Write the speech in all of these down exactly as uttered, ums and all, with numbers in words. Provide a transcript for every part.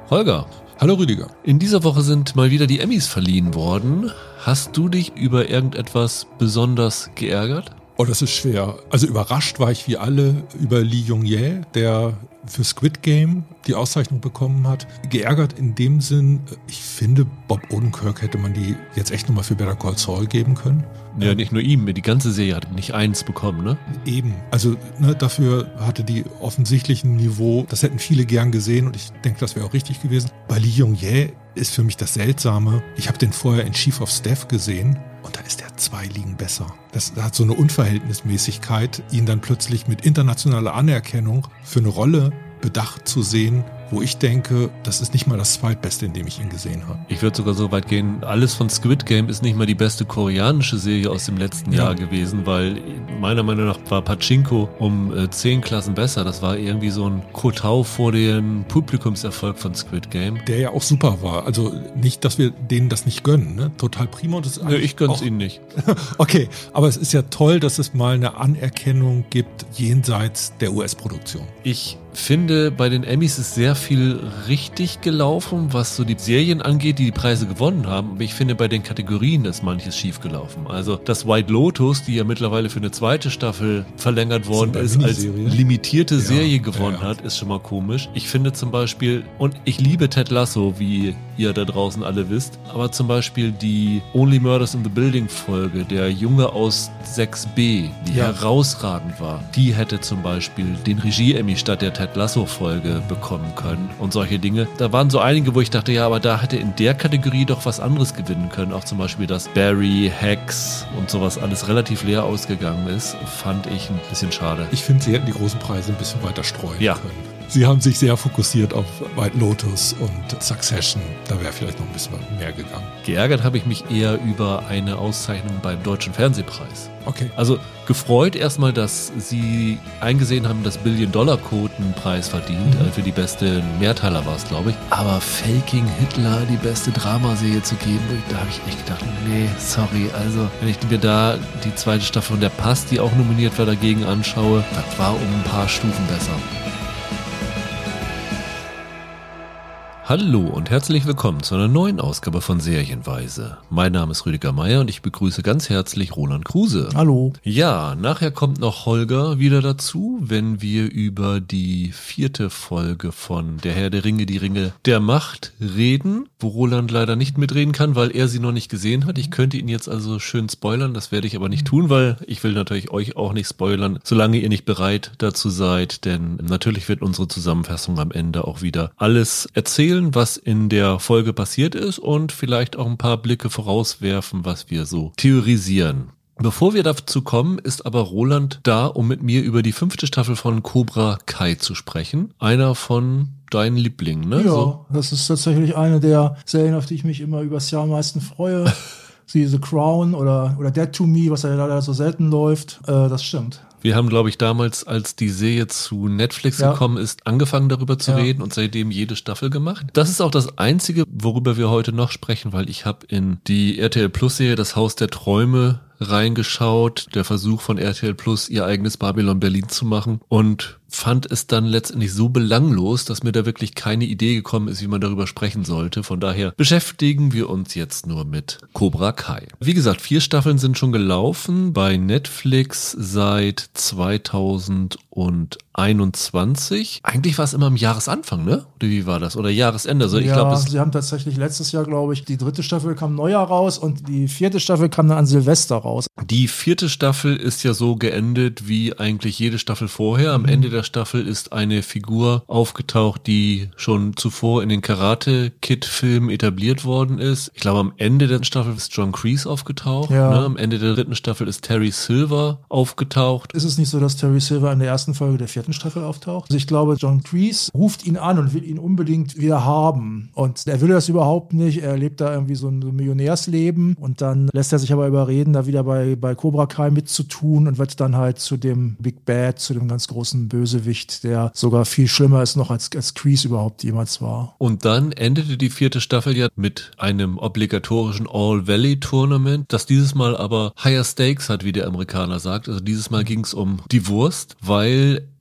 Holger. Hallo Rüdiger. In dieser Woche sind mal wieder die Emmys verliehen worden. Hast du dich über irgendetwas besonders geärgert? Oh, das ist schwer. Also überrascht war ich wie alle über Lee Jung-jae, der für Squid Game die Auszeichnung bekommen hat. Geärgert in dem Sinn, ich finde, Bob Odenkirk hätte man die jetzt echt nochmal für Better Call Saul geben können. Ja, nicht nur ihm, die ganze Serie hat nicht eins bekommen, ne? Eben, also ne, dafür hatte die offensichtlichen Niveau, das hätten viele gern gesehen und ich denke, das wäre auch richtig gewesen. Bei Lee Jung-jae ist für mich das Seltsame, ich habe den vorher in Chief of Staff gesehen und da ist der zwei Ligen besser. Das hat so eine Unverhältnismäßigkeit, ihn dann plötzlich mit internationaler Anerkennung für eine Rolle bedacht zu sehen, wo ich denke, das ist nicht mal das Zweitbeste, in dem ich ihn gesehen habe. Ich würde sogar so weit gehen, alles von Squid Game ist nicht mal die beste koreanische Serie aus dem letzten ja. Jahr gewesen, weil meiner Meinung nach war Pachinko um äh, zehn Klassen besser. Das war irgendwie so ein Kotau vor dem Publikumserfolg von Squid Game. Der ja auch super war. Also nicht, dass wir denen das nicht gönnen, ne? Total prima. Das ist Nö, ich gönn's ihnen nicht. Okay, aber es ist ja toll, dass es mal eine Anerkennung gibt jenseits der U S-Produktion. Ich finde, bei den Emmys ist sehr viel richtig gelaufen, was so die Serien angeht, die die Preise gewonnen haben. Aber ich finde, bei den Kategorien ist manches schief gelaufen. Also das White Lotus, die ja mittlerweile für eine zweite Staffel verlängert worden ist, als limitierte ja, Serie gewonnen ja. hat, ist schon mal komisch. Ich finde zum Beispiel, und ich liebe Ted Lasso, wie ihr da draußen alle wisst, aber zum Beispiel die Only Murders in the Building Folge, der Junge aus sechs b, die ja. herausragend war, die hätte zum Beispiel den Regie-Emmy statt der Ted Lasso-Folge bekommen können und solche Dinge. Da waren so einige, wo ich dachte, ja, aber da hätte in der Kategorie doch was anderes gewinnen können. Auch zum Beispiel, dass Barry, Hex und sowas alles relativ leer ausgegangen ist, fand ich ein bisschen schade. Ich finde, sie hätten die großen Preise ein bisschen weiter streuen ja. können. Sie haben sich sehr fokussiert auf White Lotus und Succession. Da wäre vielleicht noch ein bisschen mehr gegangen. Geärgert habe ich mich eher über eine Auszeichnung beim Deutschen Fernsehpreis. Okay. Also gefreut erstmal, dass sie eingesehen haben, dass Billion-Dollar-Code einen Preis verdient. Mhm. Für die beste Mehrteiler war es, glaube ich. Aber Faking Hitler die beste Dramaserie zu geben, da habe ich echt gedacht, nee, sorry. Also wenn ich mir da die zweite Staffel von Der Pass, die auch nominiert war, dagegen anschaue, das war um ein paar Stufen besser. Hallo und herzlich willkommen zu einer neuen Ausgabe von Serienweise. Mein Name ist Rüdiger Meier und ich begrüße ganz herzlich Roland Kruse. Hallo. Ja, nachher kommt noch Holger wieder dazu, wenn wir über die vierte Folge von Der Herr der Ringe, die Ringe der Macht reden, wo Roland leider nicht mitreden kann, weil er sie noch nicht gesehen hat. Ich könnte ihn jetzt also schön spoilern, das werde ich aber nicht tun, weil ich will natürlich euch auch nicht spoilern, solange ihr nicht bereit dazu seid, denn natürlich wird unsere Zusammenfassung am Ende auch wieder alles erzählen, was in der Folge passiert ist und vielleicht auch ein paar Blicke vorauswerfen, was wir so theorisieren. Bevor wir dazu kommen, ist aber Roland da, um mit mir über die fünfte Staffel von Cobra Kai zu sprechen. Einer von deinen Lieblingen, ne? Ja, so. Das ist tatsächlich eine der Serien, auf die ich mich immer übers Jahr am meisten freue. Sie The Crown oder, oder Dead to Me, was ja leider so selten läuft. Äh, das stimmt. Wir haben, glaube ich, damals, als die Serie zu Netflix ja. gekommen ist, angefangen darüber zu ja. reden und seitdem jede Staffel gemacht. Das ist auch das Einzige, worüber wir heute noch sprechen, weil ich habe in die R T L Plus Serie Das Haus der Träume reingeschaut, der Versuch von R T L Plus, ihr eigenes Babylon Berlin zu machen und fand es dann letztendlich so belanglos, dass mir da wirklich keine Idee gekommen ist, wie man darüber sprechen sollte. Von daher beschäftigen wir uns jetzt nur mit Cobra Kai. Wie gesagt, vier Staffeln sind schon gelaufen bei Netflix seit zweitausendeinundzwanzig. Eigentlich war es immer am Jahresanfang, ne? Oder wie war das? Oder Jahresende? Also ich ja, glaub, sie haben tatsächlich letztes Jahr, glaube ich, die dritte Staffel kam Neujahr raus und die vierte Staffel kam dann an Silvester raus. Die vierte Staffel ist ja so geendet wie eigentlich jede Staffel vorher. Am mhm. Ende der Staffel ist eine Figur aufgetaucht, die schon zuvor in den Karate-Kid-Filmen etabliert worden ist. Ich glaube, am Ende der Staffel ist John Kreese aufgetaucht. Ja. Ne? Am Ende der dritten Staffel ist Terry Silver aufgetaucht. Ist es nicht so, dass Terry Silver in der ersten Folge der vierten Staffel auftaucht? Also ich glaube, John Kreese ruft ihn an und will ihn unbedingt wieder haben. Und er will das überhaupt nicht. Er lebt da irgendwie so ein Millionärsleben und dann lässt er sich aber überreden, da wieder bei, bei Cobra Kai mitzutun und wird dann halt zu dem Big Bad, zu dem ganz großen Bösewicht, der sogar viel schlimmer ist noch als, als Kreese überhaupt jemals war. Und dann endete die vierte Staffel ja mit einem obligatorischen All-Valley-Tournament, das dieses Mal aber higher stakes hat, wie der Amerikaner sagt. Also dieses Mal ging es um die Wurst, weil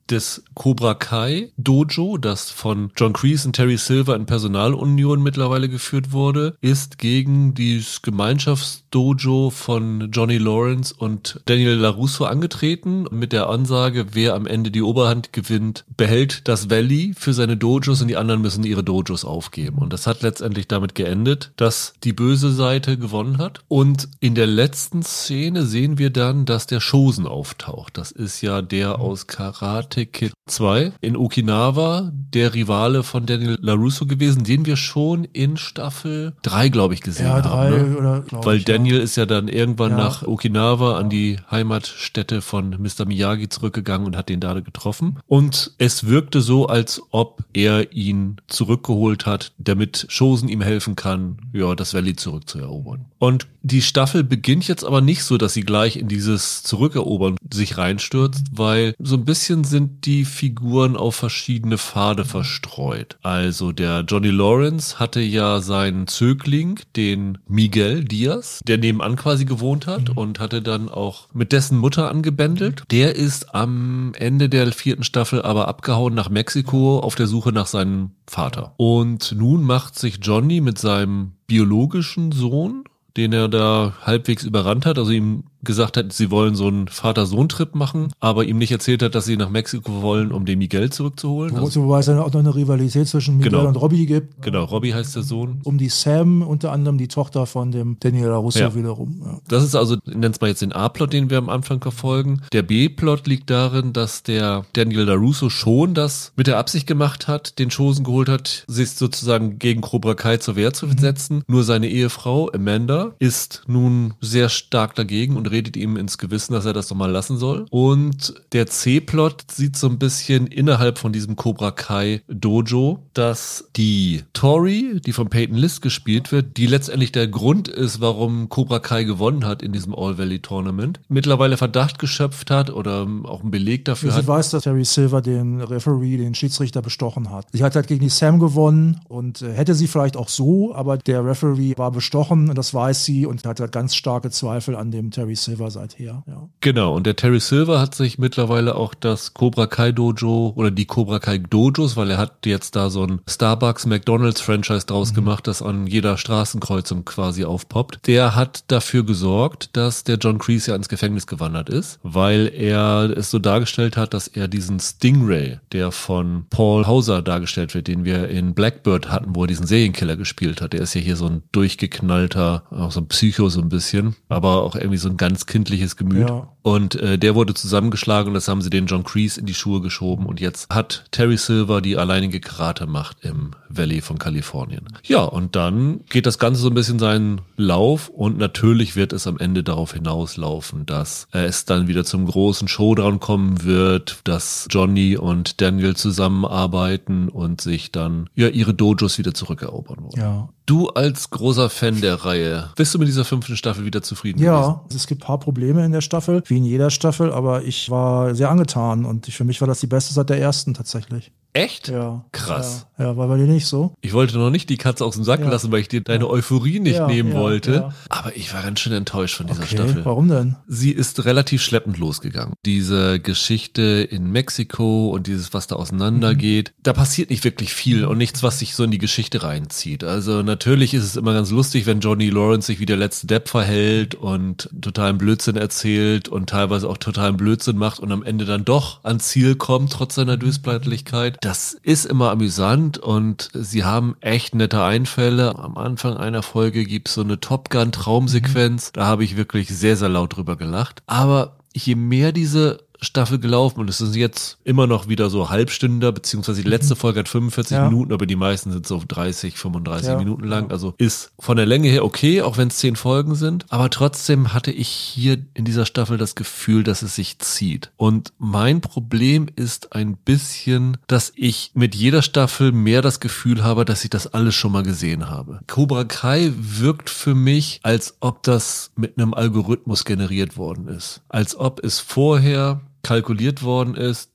des Cobra Kai Dojo, das von John Kreese und Terry Silver in Personalunion mittlerweile geführt wurde, ist gegen dieses Gemeinschaftsdojo von Johnny Lawrence und Daniel LaRusso angetreten mit der Ansage, wer am Ende die Oberhand gewinnt, behält das Valley für seine Dojos und die anderen müssen ihre Dojos aufgeben. Und das hat letztendlich damit geendet, dass die böse Seite gewonnen hat. Und in der letzten Szene sehen wir dann, dass der Chosen auftaucht. Das ist ja der aus Karate Kid zwei in Okinawa, der Rivale von Daniel LaRusso gewesen, den wir schon in Staffel drei, glaube ich, gesehen ja, drei haben. Ne? Oder, Weil ich, Daniel ja. ist ja dann irgendwann ja. nach Okinawa an die Heimatstätte von Mister Miyagi zurückgegangen und hat den da getroffen. Und es wirkte so, als ob er ihn zurückgeholt hat, damit Chosen ihm helfen kann, ja, das Valley zurückzuerobern. Und die Staffel beginnt jetzt aber nicht so, dass sie gleich in dieses Zurückerobern sich reinstürzt, weil so ein bisschen sind die Figuren auf verschiedene Pfade verstreut. Also der Johnny Lawrence hatte ja seinen Zögling, den Miguel Diaz, der nebenan quasi gewohnt hat mhm. und hatte dann auch mit dessen Mutter angebändelt. Der ist am Ende der vierten Staffel aber abgehauen nach Mexiko auf der Suche nach seinem Vater. Und nun macht sich Johnny mit seinem biologischen Sohn, den er da halbwegs überrannt hat, also ihm gesagt hat, sie wollen so einen Vater-Sohn-Trip machen, aber ihm nicht erzählt hat, dass sie nach Mexiko wollen, um den Miguel zurückzuholen. Wo, wobei es dann auch noch eine Rivalität zwischen Miguel genau. und Robbie gibt. Genau, Robbie heißt der Sohn. Um die Sam, unter anderem die Tochter von dem Daniel LaRusso ja. wiederum. Ja. Das ist also, nennt es mal jetzt den A-Plot, den wir am Anfang verfolgen. Der B-Plot liegt darin, dass der Daniel LaRusso schon das mit der Absicht gemacht hat, den Chosen geholt hat, sich sozusagen gegen Cobra Kai zur Wehr zu setzen. Mhm. Nur seine Ehefrau, Amanda, ist nun sehr stark dagegen und redet ihm ins Gewissen, dass er das doch mal lassen soll. Und der C-Plot sieht so ein bisschen innerhalb von diesem Cobra Kai Dojo, dass die Tori, die von Peyton List gespielt wird, die letztendlich der Grund ist, warum Cobra Kai gewonnen hat in diesem All-Valley Tournament, mittlerweile Verdacht geschöpft hat oder auch einen Beleg dafür sie hat. Sie weiß, dass Terry Silver den Referee, den Schiedsrichter bestochen hat. Sie hat halt gegen die Sam gewonnen und äh, hätte sie vielleicht auch so, aber der Referee war bestochen und das weiß sie und hat halt ganz starke Zweifel an dem Terry Silver seither. Ja. Genau, und der Terry Silver hat sich mittlerweile auch das Cobra Kai Dojo oder die Cobra Kai Dojos, weil er hat jetzt da so ein Starbucks McDonald's Franchise draus mhm. gemacht, das an jeder Straßenkreuzung quasi aufpoppt. Der hat dafür gesorgt, dass der John Kreese ja ins Gefängnis gewandert ist, weil er es so dargestellt hat, dass er diesen Stingray, der von Paul Hauser dargestellt wird, den wir in Blackbird hatten, wo er diesen Serienkiller gespielt hat. Der ist ja hier so ein durchgeknallter, auch so ein Psycho so ein bisschen, aber auch irgendwie so ein ganz kindliches Gemüt. Ja. Und äh, der wurde zusammengeschlagen und das haben sie den John Kreese in die Schuhe geschoben und jetzt hat Terry Silver die alleinige Karate-Macht im Valley von Kalifornien. Ja, und dann geht das Ganze so ein bisschen seinen Lauf und natürlich wird es am Ende darauf hinauslaufen, dass äh, es dann wieder zum großen Showdown kommen wird, dass Johnny und Daniel zusammenarbeiten und sich dann ja ihre Dojos wieder zurückerobern wollen. Ja. Du als großer Fan der Reihe, bist du mit dieser fünften Staffel wieder zufrieden ja, gewesen? Ja, es gibt ein paar Probleme in der Staffel, wie in jeder Staffel, aber ich war sehr angetan und ich, für mich war das die beste seit der ersten tatsächlich. Echt? Ja. Krass. Ja, ja, war bei dir nicht so? Ich wollte noch nicht die Katze aus dem Sack ja. lassen, weil ich dir deine Euphorie nicht ja, nehmen ja, wollte. Ja. Aber ich war ganz schön enttäuscht von dieser okay, Staffel. Warum denn? Sie ist relativ schleppend losgegangen. Diese Geschichte in Mexiko und dieses, was da auseinandergeht, mhm. da passiert nicht wirklich viel und nichts, was sich so in die Geschichte reinzieht. Also natürlich ist es immer ganz lustig, wenn Johnny Lawrence sich wie der letzte Depp verhält und totalen Blödsinn erzählt und teilweise auch totalen Blödsinn macht und am Ende dann doch ans Ziel kommt, trotz seiner Dösbleitlichkeit. Das ist immer amüsant und sie haben echt nette Einfälle. Am Anfang einer Folge gibt's so eine Top Gun Traumsequenz. Da habe ich wirklich sehr, sehr laut drüber gelacht. Aber je mehr diese Staffel gelaufen und es ist jetzt immer noch wieder so Halbstünder, beziehungsweise die letzte Folge hat fünfundvierzig ja. Minuten, aber die meisten sind so dreißig, fünfunddreißig ja. Minuten lang. Also ist von der Länge her okay, auch wenn es zehn Folgen sind. Aber trotzdem hatte ich hier in dieser Staffel das Gefühl, dass es sich zieht. Und mein Problem ist ein bisschen, dass ich mit jeder Staffel mehr das Gefühl habe, dass ich das alles schon mal gesehen habe. Cobra Kai wirkt für mich, als ob das mit einem Algorithmus generiert worden ist. Als ob es vorher kalkuliert worden ist,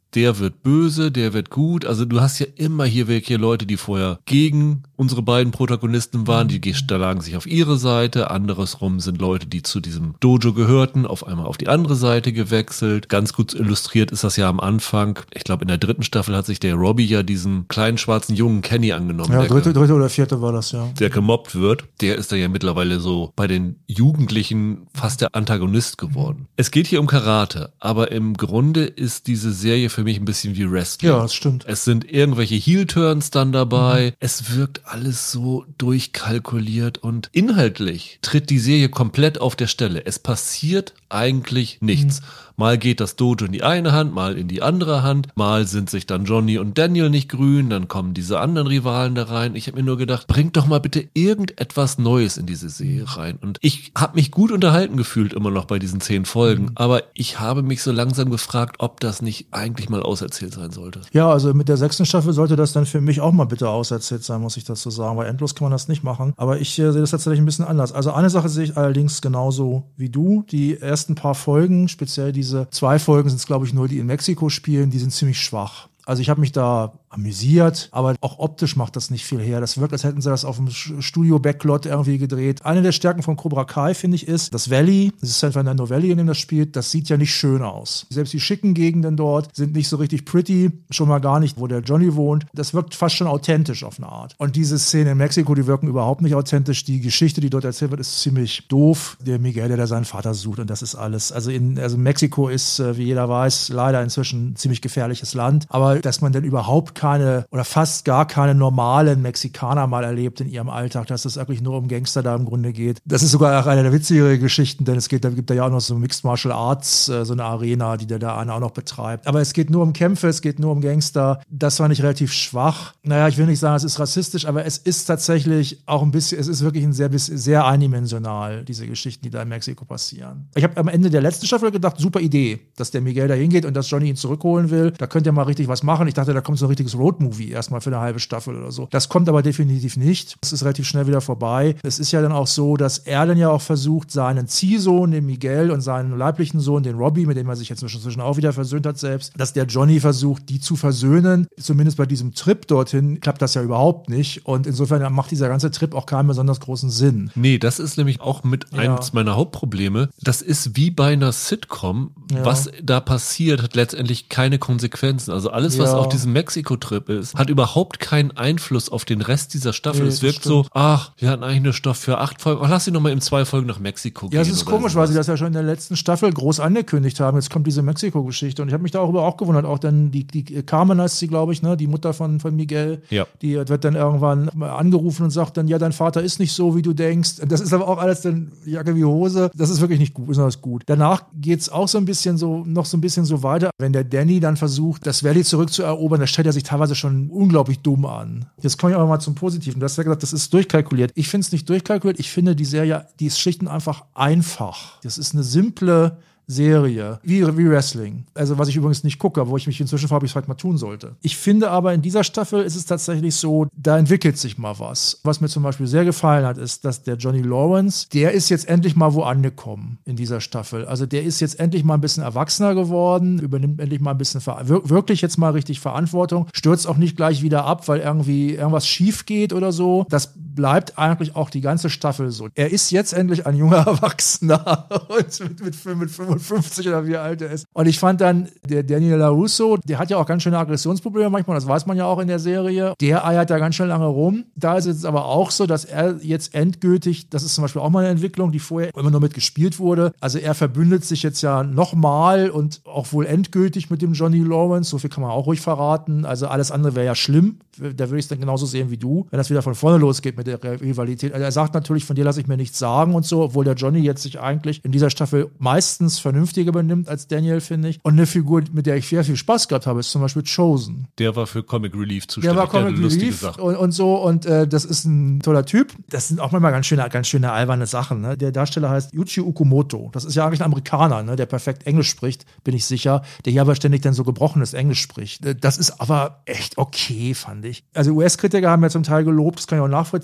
der wird böse, der wird gut. Also du hast ja immer hier welche Leute, die vorher gegen unsere beiden Protagonisten waren, die schlagen sich auf ihre Seite. Andersrum sind Leute, die zu diesem Dojo gehörten, auf einmal auf die andere Seite gewechselt. Ganz gut illustriert ist das ja am Anfang. Ich glaube, in der dritten Staffel hat sich der Robbie ja diesen kleinen schwarzen Jungen Kenny angenommen. Ja, der dritte, dritte oder vierte war das, ja. Der gemobbt wird. Der ist da ja mittlerweile so bei den Jugendlichen fast der Antagonist geworden. Es geht hier um Karate, aber im Grunde ist diese Serie für mich ein bisschen wie Wrestling. Ja, das stimmt. Es sind irgendwelche Heel-Turns dann dabei. Mhm. Es wirkt alles so durchkalkuliert und inhaltlich tritt die Serie komplett auf der Stelle. Es passiert eigentlich nichts. Mhm. Mal geht das Dojo in die eine Hand, mal in die andere Hand. Mal sind sich dann Johnny und Daniel nicht grün, dann kommen diese anderen Rivalen da rein. Ich habe mir nur gedacht, bringt doch mal bitte irgendetwas Neues in diese Serie rein. Und ich habe mich gut unterhalten gefühlt immer noch bei diesen zehn Folgen. Mhm. Aber ich habe mich so langsam gefragt, ob das nicht eigentlich mal auserzählt sein sollte. Ja, also mit der sechsten Staffel sollte das dann für mich auch mal bitte auserzählt sein, muss ich das so sagen. Weil endlos kann man das nicht machen. Aber ich äh, sehe das tatsächlich ein bisschen anders. Also eine Sache sehe ich allerdings genauso wie du. Die ersten paar Folgen, speziell diese zwei Folgen sind es, glaube ich, nur, die in Mexiko spielen, die sind ziemlich schwach. Also ich habe mich da amüsiert, aber auch optisch macht das nicht viel her. Das wirkt, als hätten sie das auf dem Studio-Backlot irgendwie gedreht. Eine der Stärken von Cobra Kai, finde ich, ist, das Valley, das ist San Fernando Valley, in dem das spielt, das sieht ja nicht schön aus. Selbst die schicken Gegenden dort sind nicht so richtig pretty, schon mal gar nicht, wo der Johnny wohnt. Das wirkt fast schon authentisch auf eine Art. Und diese Szene in Mexiko, die wirken überhaupt nicht authentisch. Die Geschichte, die dort erzählt wird, ist ziemlich doof. Der Miguel, der da seinen Vater sucht, und das ist alles. Also, in, also Mexiko ist, wie jeder weiß, leider inzwischen ein ziemlich gefährliches Land. Aber dass man denn überhaupt keine oder fast gar keine normalen Mexikaner mal erlebt in ihrem Alltag, dass es wirklich nur um Gangster da im Grunde geht. Das ist sogar auch eine der witzigeren Geschichten, denn es geht, da gibt da ja auch noch so Mixed Martial Arts, äh, so eine Arena, die der da einer auch noch betreibt. Aber es geht nur um Kämpfe, es geht nur um Gangster. Das fand ich relativ schwach. Naja, ich will nicht sagen, es ist rassistisch, aber es ist tatsächlich auch ein bisschen, es ist wirklich ein sehr, sehr eindimensional, diese Geschichten, die da in Mexiko passieren. Ich habe am Ende der letzten Staffel gedacht, super Idee, dass der Miguel da hingeht und dass Johnny ihn zurückholen will. Da könnt ihr mal richtig was machen. Ich dachte, da kommt so ein richtiges Roadmovie erstmal für eine halbe Staffel oder so. Das kommt aber definitiv nicht. Es ist relativ schnell wieder vorbei. Es ist ja dann auch so, dass er dann ja auch versucht, seinen Ziehsohn, den Miguel, und seinen leiblichen Sohn, den Robbie, mit dem er sich jetzt inzwischen auch wieder versöhnt hat selbst, dass der Johnny versucht, die zu versöhnen. Zumindest bei diesem Trip dorthin klappt das ja überhaupt nicht. Und insofern macht dieser ganze Trip auch keinen besonders großen Sinn. Nee, das ist nämlich auch mit ja. eines meiner Hauptprobleme. Das ist wie bei einer Sitcom. Ja. Was da passiert, hat letztendlich keine Konsequenzen. Also alles, was ja. auf diesem Mexiko-Trip ist, hat überhaupt keinen Einfluss auf den Rest dieser Staffel. Nee, es wirkt so, ach, wir hatten eigentlich nur Stoff für acht Folgen. Ach, lass sie nochmal in zwei Folgen nach Mexiko gehen. Ja, es ist komisch, weil sie das ja schon in der letzten Staffel groß angekündigt haben. Jetzt kommt diese Mexiko-Geschichte. Und ich habe mich darüber auch gewundert. Auch dann die, die Carmen heißt sie, glaube ich, ne, die Mutter von, von Miguel. Ja. Die wird dann irgendwann angerufen und sagt dann, ja, dein Vater ist nicht so, wie du denkst. Das ist aber auch alles dann Jacke wie Hose. Das ist wirklich nicht gut, besonders gut. Danach geht's auch so ein bisschen so, noch so ein bisschen so weiter. Wenn der Danny dann versucht, das Valley zurückzuerobern, da stellt er sich teilweise schon unglaublich dumm an. Jetzt komme ich aber mal zum Positiven. Du hast ja gesagt, das ist durchkalkuliert. Ich finde es nicht durchkalkuliert. Ich finde die Serie, die ist schlicht und einfach einfach. Das ist eine simple Serie, wie, wie Wrestling. Also was ich übrigens nicht gucke, wo ich mich inzwischen frage, ob ich es vielleicht mal tun sollte. Ich finde aber, in dieser Staffel ist es tatsächlich so, da entwickelt sich mal was. Was mir zum Beispiel sehr gefallen hat, ist, dass der Johnny Lawrence, der ist jetzt endlich mal wo angekommen in dieser Staffel. Also der ist jetzt endlich mal ein bisschen erwachsener geworden, übernimmt endlich mal ein bisschen, Ver- wirklich jetzt mal richtig Verantwortung, stürzt auch nicht gleich wieder ab, weil irgendwie irgendwas schief geht oder so. Das bleibt eigentlich auch die ganze Staffel so. Er ist jetzt endlich ein junger Erwachsener und mit, mit, mit fünfundfünfzig oder wie alt er ist. Und ich fand dann, der Daniel LaRusso, der hat ja auch ganz schöne Aggressionsprobleme manchmal, das weiß man ja auch in der Serie. Der eiert da ganz schön lange rum. Da ist es aber auch so, dass er jetzt endgültig, das ist zum Beispiel auch mal eine Entwicklung, die vorher immer nur mitgespielt wurde. Also er verbündet sich jetzt ja nochmal und auch wohl endgültig mit dem Johnny Lawrence. So viel kann man auch ruhig verraten. Also alles andere wäre ja schlimm. Da würde ich es dann genauso sehen wie du, wenn das wieder von vorne losgeht mit der Rivalität. Also er sagt natürlich, von dir lasse ich mir nichts sagen und so, obwohl der Johnny jetzt sich eigentlich in dieser Staffel meistens vernünftiger benimmt als Daniel, finde ich. Und eine Figur, mit der ich sehr viel Spaß gehabt habe, ist zum Beispiel Chosen. Der war für Comic Relief zuständig. Der war Comic der Relief und, und so und äh, das ist ein toller Typ. Das sind auch manchmal ganz schöne, ganz schöne alberne Sachen. Ne? Der Darsteller heißt Yuji Okumoto. Das ist ja eigentlich ein Amerikaner, ne? Der perfekt Englisch spricht, bin ich sicher. Der hier aber ständig dann so gebrochenes Englisch spricht. Das ist aber echt okay, fand ich. Also U S-Kritiker haben ja zum Teil gelobt, das kann ich auch nachvollziehen,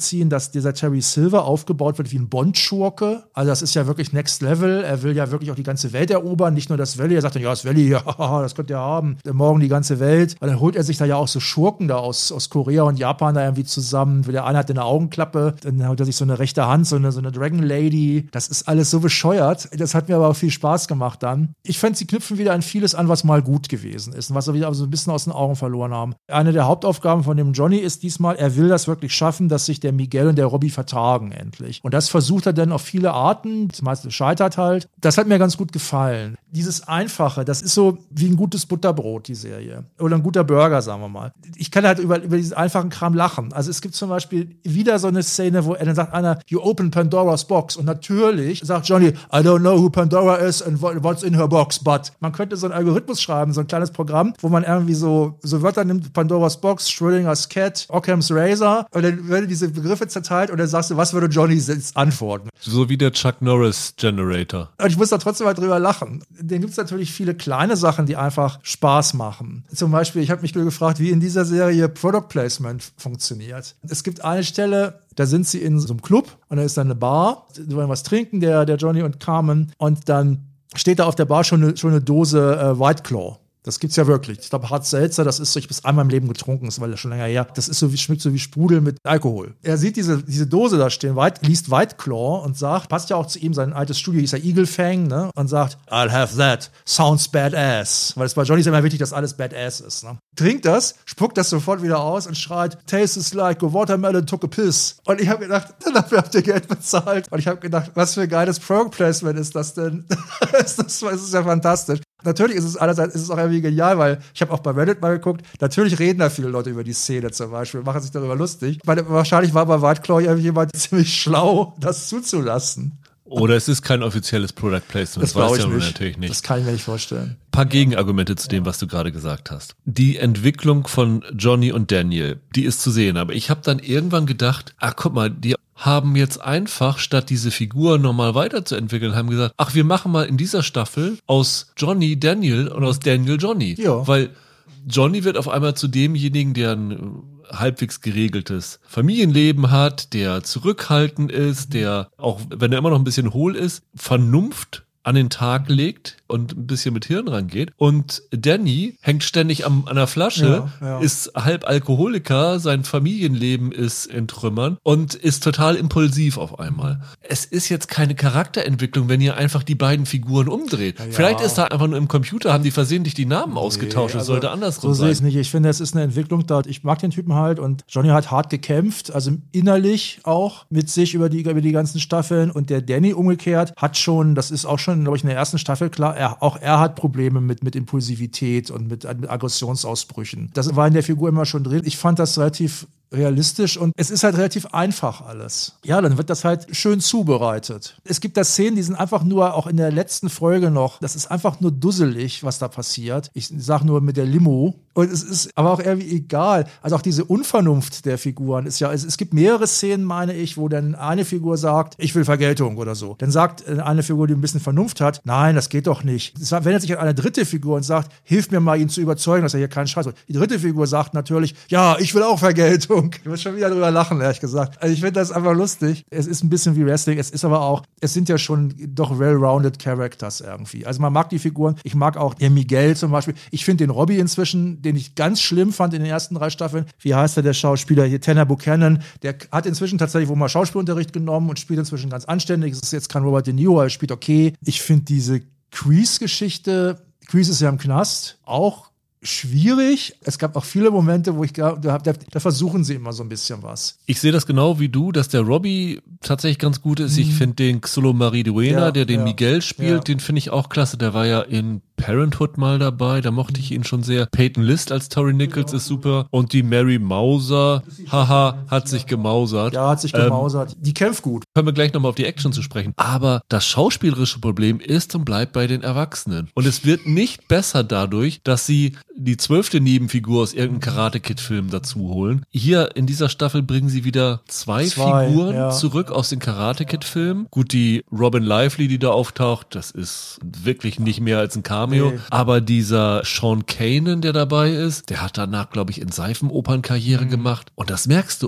ziehen, dass dieser Terry Silver aufgebaut wird wie ein Bond-Schurke. Also das ist ja wirklich Next Level. Er will ja wirklich auch die ganze Welt erobern, nicht nur das Valley. Er sagt dann, ja, das Valley, ja, das könnt ihr haben. Morgen die ganze Welt. Und dann holt er sich da ja auch so Schurken da aus, aus Korea und Japan da irgendwie zusammen. Der eine hat eine Augenklappe, dann holt er sich so eine rechte Hand, so eine, so eine Dragon Lady. Das ist alles so bescheuert. Das hat mir aber auch viel Spaß gemacht dann. Ich fand, sie knüpfen wieder an vieles an, was mal gut gewesen ist und was wir wieder so ein bisschen aus den Augen verloren haben. Eine der Hauptaufgaben von dem Johnny ist diesmal, er will das wirklich schaffen, dass sich der Miguel und der Robbie vertragen endlich. Und das versucht er dann auf viele Arten. Das meiste scheitert halt. Das hat mir ganz gut gefallen. Dieses Einfache, das ist so wie ein gutes Butterbrot, die Serie. Oder ein guter Burger, sagen wir mal. Ich kann halt über, über diesen einfachen Kram lachen. Also es gibt zum Beispiel wieder so eine Szene, wo er dann sagt einer, you open Pandora's box. Und natürlich sagt Johnny, I don't know who Pandora is and what's in her box, but. Man könnte so einen Algorithmus schreiben, so ein kleines Programm, wo man irgendwie so, so Wörter nimmt, Pandora's box, Schrödingers Cat, Occam's Razor, und dann werden diese Begriffe zerteilt und dann sagst du, was würde Johnny jetzt antworten? So wie der Chuck Norris Generator. Und ich muss da trotzdem mal drüber lachen. Den gibt es natürlich viele kleine Sachen, die einfach Spaß machen. Zum Beispiel, ich habe mich gefragt, wie in dieser Serie Product Placement funktioniert. Es gibt eine Stelle, da sind sie in so einem Club und da ist dann eine Bar, die wollen was trinken, der, der Johnny und Carmen, und dann steht da auf der Bar schon eine, schon eine Dose äh, White Claw. Das gibt's ja wirklich. Ich glaube, Hart Seltzer, das ist so, ich bis einmal im Leben getrunken, das war ja schon länger her. Das ist so wie, schmeckt so wie Sprudel mit Alkohol. Er sieht diese, diese Dose da stehen, White, liest White Claw und sagt, passt ja auch zu ihm, sein altes Studio hieß ja Eagle Fang, ne? Und sagt, I'll have that. Sounds badass. Weil es bei Johnny ist immer wichtig, dass alles badass ist, ne? Trinkt das, spuckt das sofort wieder aus und schreit, tastes like a watermelon took a piss. Und ich habe gedacht, dafür habt ihr Geld bezahlt. Und ich habe gedacht, was für ein geiles Product Placement ist das denn? das, das ist ja fantastisch. Natürlich ist es einerseits ist es auch irgendwie genial, weil ich habe auch bei Reddit mal geguckt, natürlich reden da viele Leute über die Szene zum Beispiel, machen sich darüber lustig. Weil wahrscheinlich war bei White Claw jemand ziemlich schlau, das zuzulassen. Oder es ist kein offizielles Product Placement. Das, das weiß ich ja nicht. natürlich nicht. Das kann ich mir nicht vorstellen. Ein paar Gegenargumente zu dem, was du gerade gesagt hast. Die Entwicklung von Johnny und Daniel, die ist zu sehen. Aber ich habe dann irgendwann gedacht, ach guck mal, die haben jetzt einfach, statt diese Figur nochmal weiterzuentwickeln, haben gesagt, ach, wir machen mal in dieser Staffel aus Johnny Daniel und aus Daniel Johnny. Ja. Weil Johnny wird auf einmal zu demjenigen, der ein halbwegs geregeltes Familienleben hat, der zurückhaltend ist, der, auch wenn er immer noch ein bisschen hohl ist, Vernunft an den Tag legt und ein bisschen mit Hirn rangeht. Und Danny hängt ständig am, an der Flasche, ja, ja. ist halb Alkoholiker, sein Familienleben ist in Trümmern und ist total impulsiv auf einmal. Es ist jetzt keine Charakterentwicklung, wenn ihr einfach die beiden Figuren umdreht. Ja, ja. Vielleicht ist da einfach nur im Computer, haben die versehentlich die Namen nee, ausgetauscht. Es also sollte andersrum so sein. So sehe ich es nicht. Ich finde, es ist eine Entwicklung da. Ich mag den Typen halt und Johnny hat hart gekämpft, also innerlich auch mit sich über die, über die ganzen Staffeln, und der Danny umgekehrt hat schon, das ist auch schon, glaube ich, in der ersten Staffel klar, er, auch er hat Probleme mit, mit Impulsivität und mit, mit Aggressionsausbrüchen. Das war in der Figur immer schon drin. Ich fand das relativ realistisch und es ist halt relativ einfach alles. Ja, dann wird das halt schön zubereitet. Es gibt da Szenen, die sind einfach nur, auch in der letzten Folge noch, das ist einfach nur dusselig, was da passiert. Ich sag nur mit der Limo. Und es ist aber auch irgendwie egal. Also auch diese Unvernunft der Figuren ist ja, es, es gibt mehrere Szenen, meine ich, wo dann eine Figur sagt, ich will Vergeltung oder so. Dann sagt eine Figur, die ein bisschen Vernunft hat, nein, das geht doch nicht. Es wendet sich an eine dritte Figur und sagt, hilf mir mal, ihn zu überzeugen, dass er hier keinen Scheiß hat. Die dritte Figur sagt natürlich, ja, ich will auch Vergeltung. Ich muss schon wieder drüber lachen, ehrlich gesagt. Also ich finde das einfach lustig. Es ist ein bisschen wie Wrestling. Es ist aber auch, es sind ja schon doch well-rounded Characters irgendwie. Also man mag die Figuren. Ich mag auch den Miguel zum Beispiel. Ich finde den Robbie inzwischen, den ich ganz schlimm fand in den ersten drei Staffeln. Wie heißt der, der Schauspieler hier? Tanner Buchanan. Der hat inzwischen tatsächlich wohl mal Schauspielunterricht genommen und spielt inzwischen ganz anständig. Es ist jetzt kein Robert De Niro, er spielt okay. Ich finde diese Kreese-Geschichte, Kreese ist ja im Knast, auch schwierig. Es gab auch viele Momente, wo ich glaube, da, da versuchen sie immer so ein bisschen was. Ich sehe das genau wie du, dass der Robbie tatsächlich ganz gut ist. Mhm. Ich finde den Xolo Mariduena, ja, der den ja. Miguel spielt, ja. den finde ich auch klasse. Der war ja in Parenthood mal dabei, da mochte ich ihn schon sehr. Peyton List als Tori Nichols ist super. Und die Mary Mauser, haha, hat sich gemausert. Ja, hat sich gemausert. Ähm, die kämpft gut. Können wir gleich nochmal auf die Action zu sprechen. Aber das schauspielerische Problem ist und bleibt bei den Erwachsenen. Und es wird nicht besser dadurch, dass sie die zwölfte Nebenfigur aus irgendeinem Karate-Kid-Film dazu holen. Hier in dieser Staffel bringen sie wieder zwei, zwei Figuren ja. zurück aus den Karate-Kid-Filmen. Gut, die Robin Lively, die da auftaucht, das ist wirklich nicht mehr als ein Cameo. Nee. Aber dieser Sean Kanan, der dabei ist, der hat danach, glaube ich, in Seifenopern Karriere mhm. gemacht. Und das merkst du auch.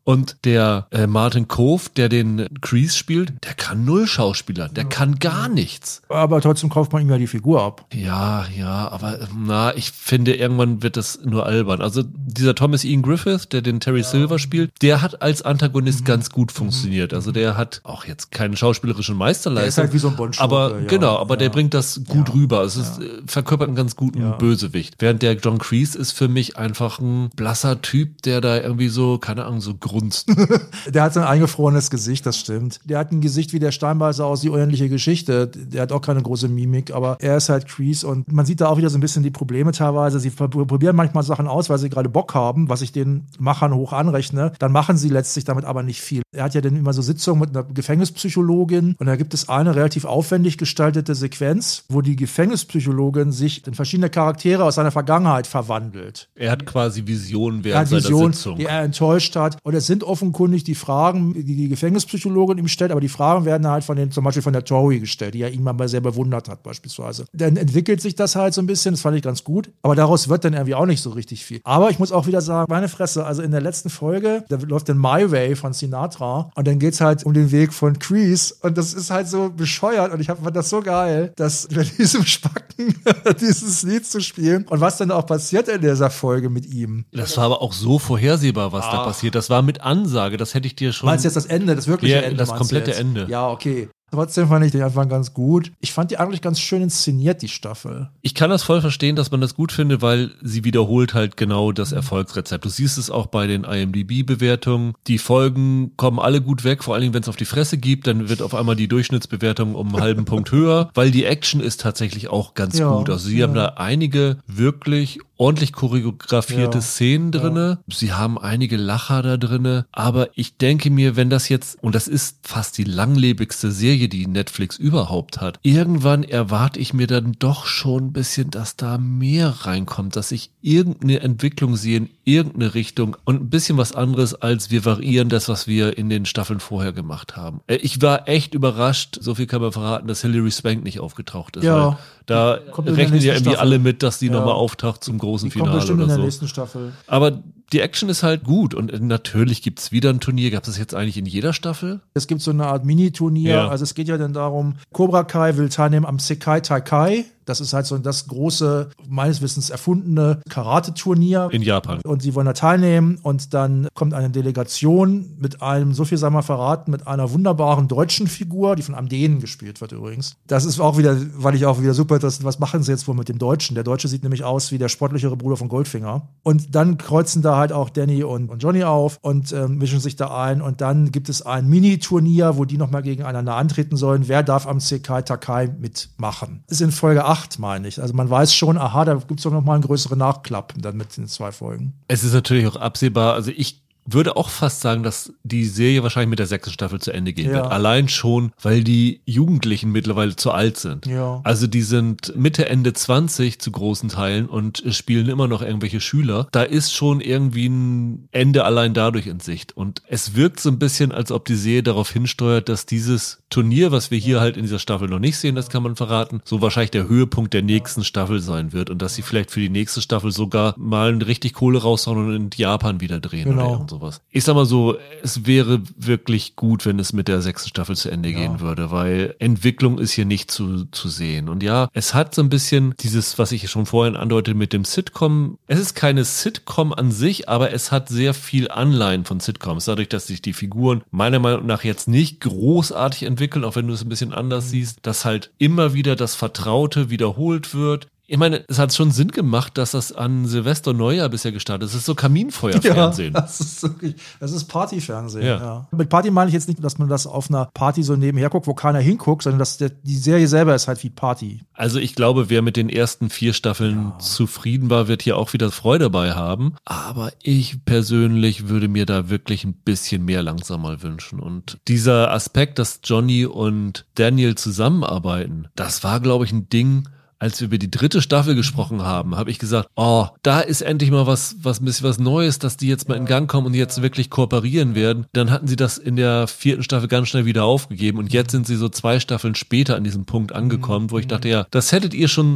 Und der äh, Martin Kove, der den Kreese spielt, der kann null Schauspieler, der kann gar nichts. Aber trotzdem kauft man ihm ja die Figur ab. Ja, ja, aber na, ich finde, irgendwann wird das nur albern. Also dieser Thomas Ian Griffith, der den Terry ja. Silver spielt, der hat als Antagonist mhm. ganz gut funktioniert. Also der hat auch jetzt keine schauspielerischen Meisterleistung. Der ist halt wie so ein Bonschurke. Aber ja. genau, aber ja. der bringt das gut ja. rüber. Es ist, ja. verkörpert einen ganz guten ja. Bösewicht. Während der John Kreese ist für mich einfach ein blasser Typ, der da irgendwie so, keine Ahnung, so grunzt. Der hat so ein eingefrorenes Gesicht, das stimmt. Der hat ein Gesicht wie der Steinbeißer aus Die unendliche Geschichte. Der hat auch keine große Mimik, aber er ist halt Kreese und man sieht da auch wieder so ein bisschen die Probleme teilweise. Sie probieren manchmal Sachen aus, weil sie gerade Bock haben, was ich den Machern hoch anrechne. Dann machen sie letztlich damit aber nicht viel. Er hat ja dann immer so Sitzungen mit einer Gefängnispsychologin und da gibt es eine relativ aufwendig gestaltete Sequenz, wo die Gefängnispsychologin sich in verschiedene Charaktere aus seiner Vergangenheit verwandelt. Er hat quasi Visionen während seiner Vision, Sitzung. Die er enttäuscht hat. Und es sind offenkundig die Fragen, die die Gefängnispsychologin ihm stellt, aber die Fragen werden halt von den, zum Beispiel von der Tori gestellt, die ja ihn mal sehr bewundert hat beispielsweise. Dann entwickelt sich das halt so ein bisschen, das fand ich ganz gut, aber daraus wird dann irgendwie auch nicht so richtig viel. Aber ich muss auch wieder sagen, meine Fresse, also in der letzten Folge, da läuft dann My Way von Sinatra und dann geht's halt um den Weg von Kreese und das ist halt so bescheuert und ich fand das so geil, dass mit diesem Spacken dieses Lied zu spielen und was dann auch passiert in dieser Folge mit ihm. Das war aber auch so vorhersehbar, was Ach. da passiert. Das war mit Ansage, das hätte ich dir schon... Meinst du jetzt das Ende, das wirkliche ja, Ende? Das komplette Ende. Ja, okay. Trotzdem fand ich die einfach ganz gut. Ich fand die eigentlich ganz schön inszeniert, die Staffel. Ich kann das voll verstehen, dass man das gut findet, weil sie wiederholt halt genau das Erfolgsrezept. Du siehst es auch bei den I M D B-Bewertungen. Die Folgen kommen alle gut weg, vor allen Dingen, wenn es auf die Fresse gibt, dann wird auf einmal die Durchschnittsbewertung um einen halben Punkt höher, weil die Action ist tatsächlich auch ganz ja, gut. Also sie ja. haben da einige wirklich ordentlich choreografierte ja, Szenen drinne. Ja. Sie haben einige Lacher da drinne. Aber ich denke mir, wenn das jetzt, und das ist fast die langlebigste Serie, die Netflix überhaupt hat, irgendwann erwarte ich mir dann doch schon ein bisschen, dass da mehr reinkommt, dass ich irgendeine Entwicklung sehe in irgendeine Richtung und ein bisschen was anderes, als wir variieren das, was wir in den Staffeln vorher gemacht haben. Ich war echt überrascht, so viel kann man verraten, dass Hilary Swank nicht aufgetaucht ist. Ja. Da rechnen ja irgendwie Staffel. alle mit, dass die ja. nochmal auftaucht zum großen die Finale kommt bestimmt oder in der so. nächsten Staffel. Aber die Action ist halt gut und natürlich gibt's wieder ein Turnier. Gab es das jetzt eigentlich in jeder Staffel? Es gibt so eine Art Mini-Turnier. Ja. Also es geht ja dann darum, Cobra Kai will teilnehmen am Sekai Taikai. Das ist halt so das große, meines Wissens erfundene Karate-Turnier. In Japan. Und sie wollen da teilnehmen und dann kommt eine Delegation mit einem, so viel sei mal verraten, mit einer wunderbaren deutschen Figur, die von einem Dänen gespielt wird übrigens. Das ist auch wieder, weil ich auch wieder super interessant, was machen sie jetzt wohl mit dem Deutschen? Der Deutsche sieht nämlich aus wie der sportlichere Bruder von Goldfinger. Und dann kreuzen da halt auch Danny und, und Johnny auf und äh, mischen sich da ein und dann gibt es ein Mini-Turnier, wo die nochmal gegeneinander antreten sollen. Wer darf am Sekai Taikai mitmachen? Das ist in Folge acht, meine ich. Also man weiß schon, aha, da gibt es doch nochmal einen größeren Nachklapp dann mit den zwei Folgen. Es ist natürlich auch absehbar, also ich würde auch fast sagen, dass die Serie wahrscheinlich mit der sechsten Staffel zu Ende gehen ja. wird. Allein schon, weil die Jugendlichen mittlerweile zu alt sind. Ja. Also die sind Mitte, Ende zwanzig zu großen Teilen und spielen immer noch irgendwelche Schüler. Da ist schon irgendwie ein Ende allein dadurch in Sicht. Und es wirkt so ein bisschen, als ob die Serie darauf hinsteuert, dass dieses Turnier, was wir hier halt in dieser Staffel noch nicht sehen, das kann man verraten, so wahrscheinlich der Höhepunkt der nächsten Staffel sein wird und dass sie vielleicht für die nächste Staffel sogar mal richtig Kohle raushauen und in Japan wieder drehen genau. oder irgend sowas. Ich sag mal so, es wäre wirklich gut, wenn es mit der sechsten Staffel zu Ende ja. gehen würde, weil Entwicklung ist hier nicht zu, zu sehen. Und ja, es hat so ein bisschen dieses, was ich schon vorhin andeutete mit dem Sitcom. Es ist keine Sitcom an sich, aber es hat sehr viel Anleihen von Sitcoms, dadurch, dass sich die Figuren meiner Meinung nach jetzt nicht großartig entwickeln, auch wenn du es ein bisschen anders mhm. siehst, dass halt immer wieder das Vertraute wiederholt wird. Ich meine, es hat schon Sinn gemacht, dass das an Silvester Neujahr bisher gestartet ist. Das ist so Kaminfeuerfernsehen. Ja, das ist wirklich, das ist Partyfernsehen. Ja. Ja. Mit Party meine ich jetzt nicht, dass man das auf einer Party so nebenher guckt, wo keiner hinguckt, sondern dass der, die Serie selber ist halt wie Party. Also ich glaube, wer mit den ersten vier Staffeln ja. zufrieden war, wird hier auch wieder Freude dabei haben. Aber ich persönlich würde mir da wirklich ein bisschen mehr langsam mal wünschen. Und dieser Aspekt, dass Johnny und Daniel zusammenarbeiten, das war, glaube ich, ein Ding. Als wir über die dritte Staffel gesprochen haben, habe ich gesagt, oh, da ist endlich mal was, was ein bisschen was Neues, dass die jetzt mal in Gang kommen und jetzt wirklich kooperieren werden. Dann hatten sie das in der vierten Staffel ganz schnell wieder aufgegeben und jetzt sind sie so zwei Staffeln später an diesem Punkt angekommen, wo ich dachte, ja, das hättet ihr schon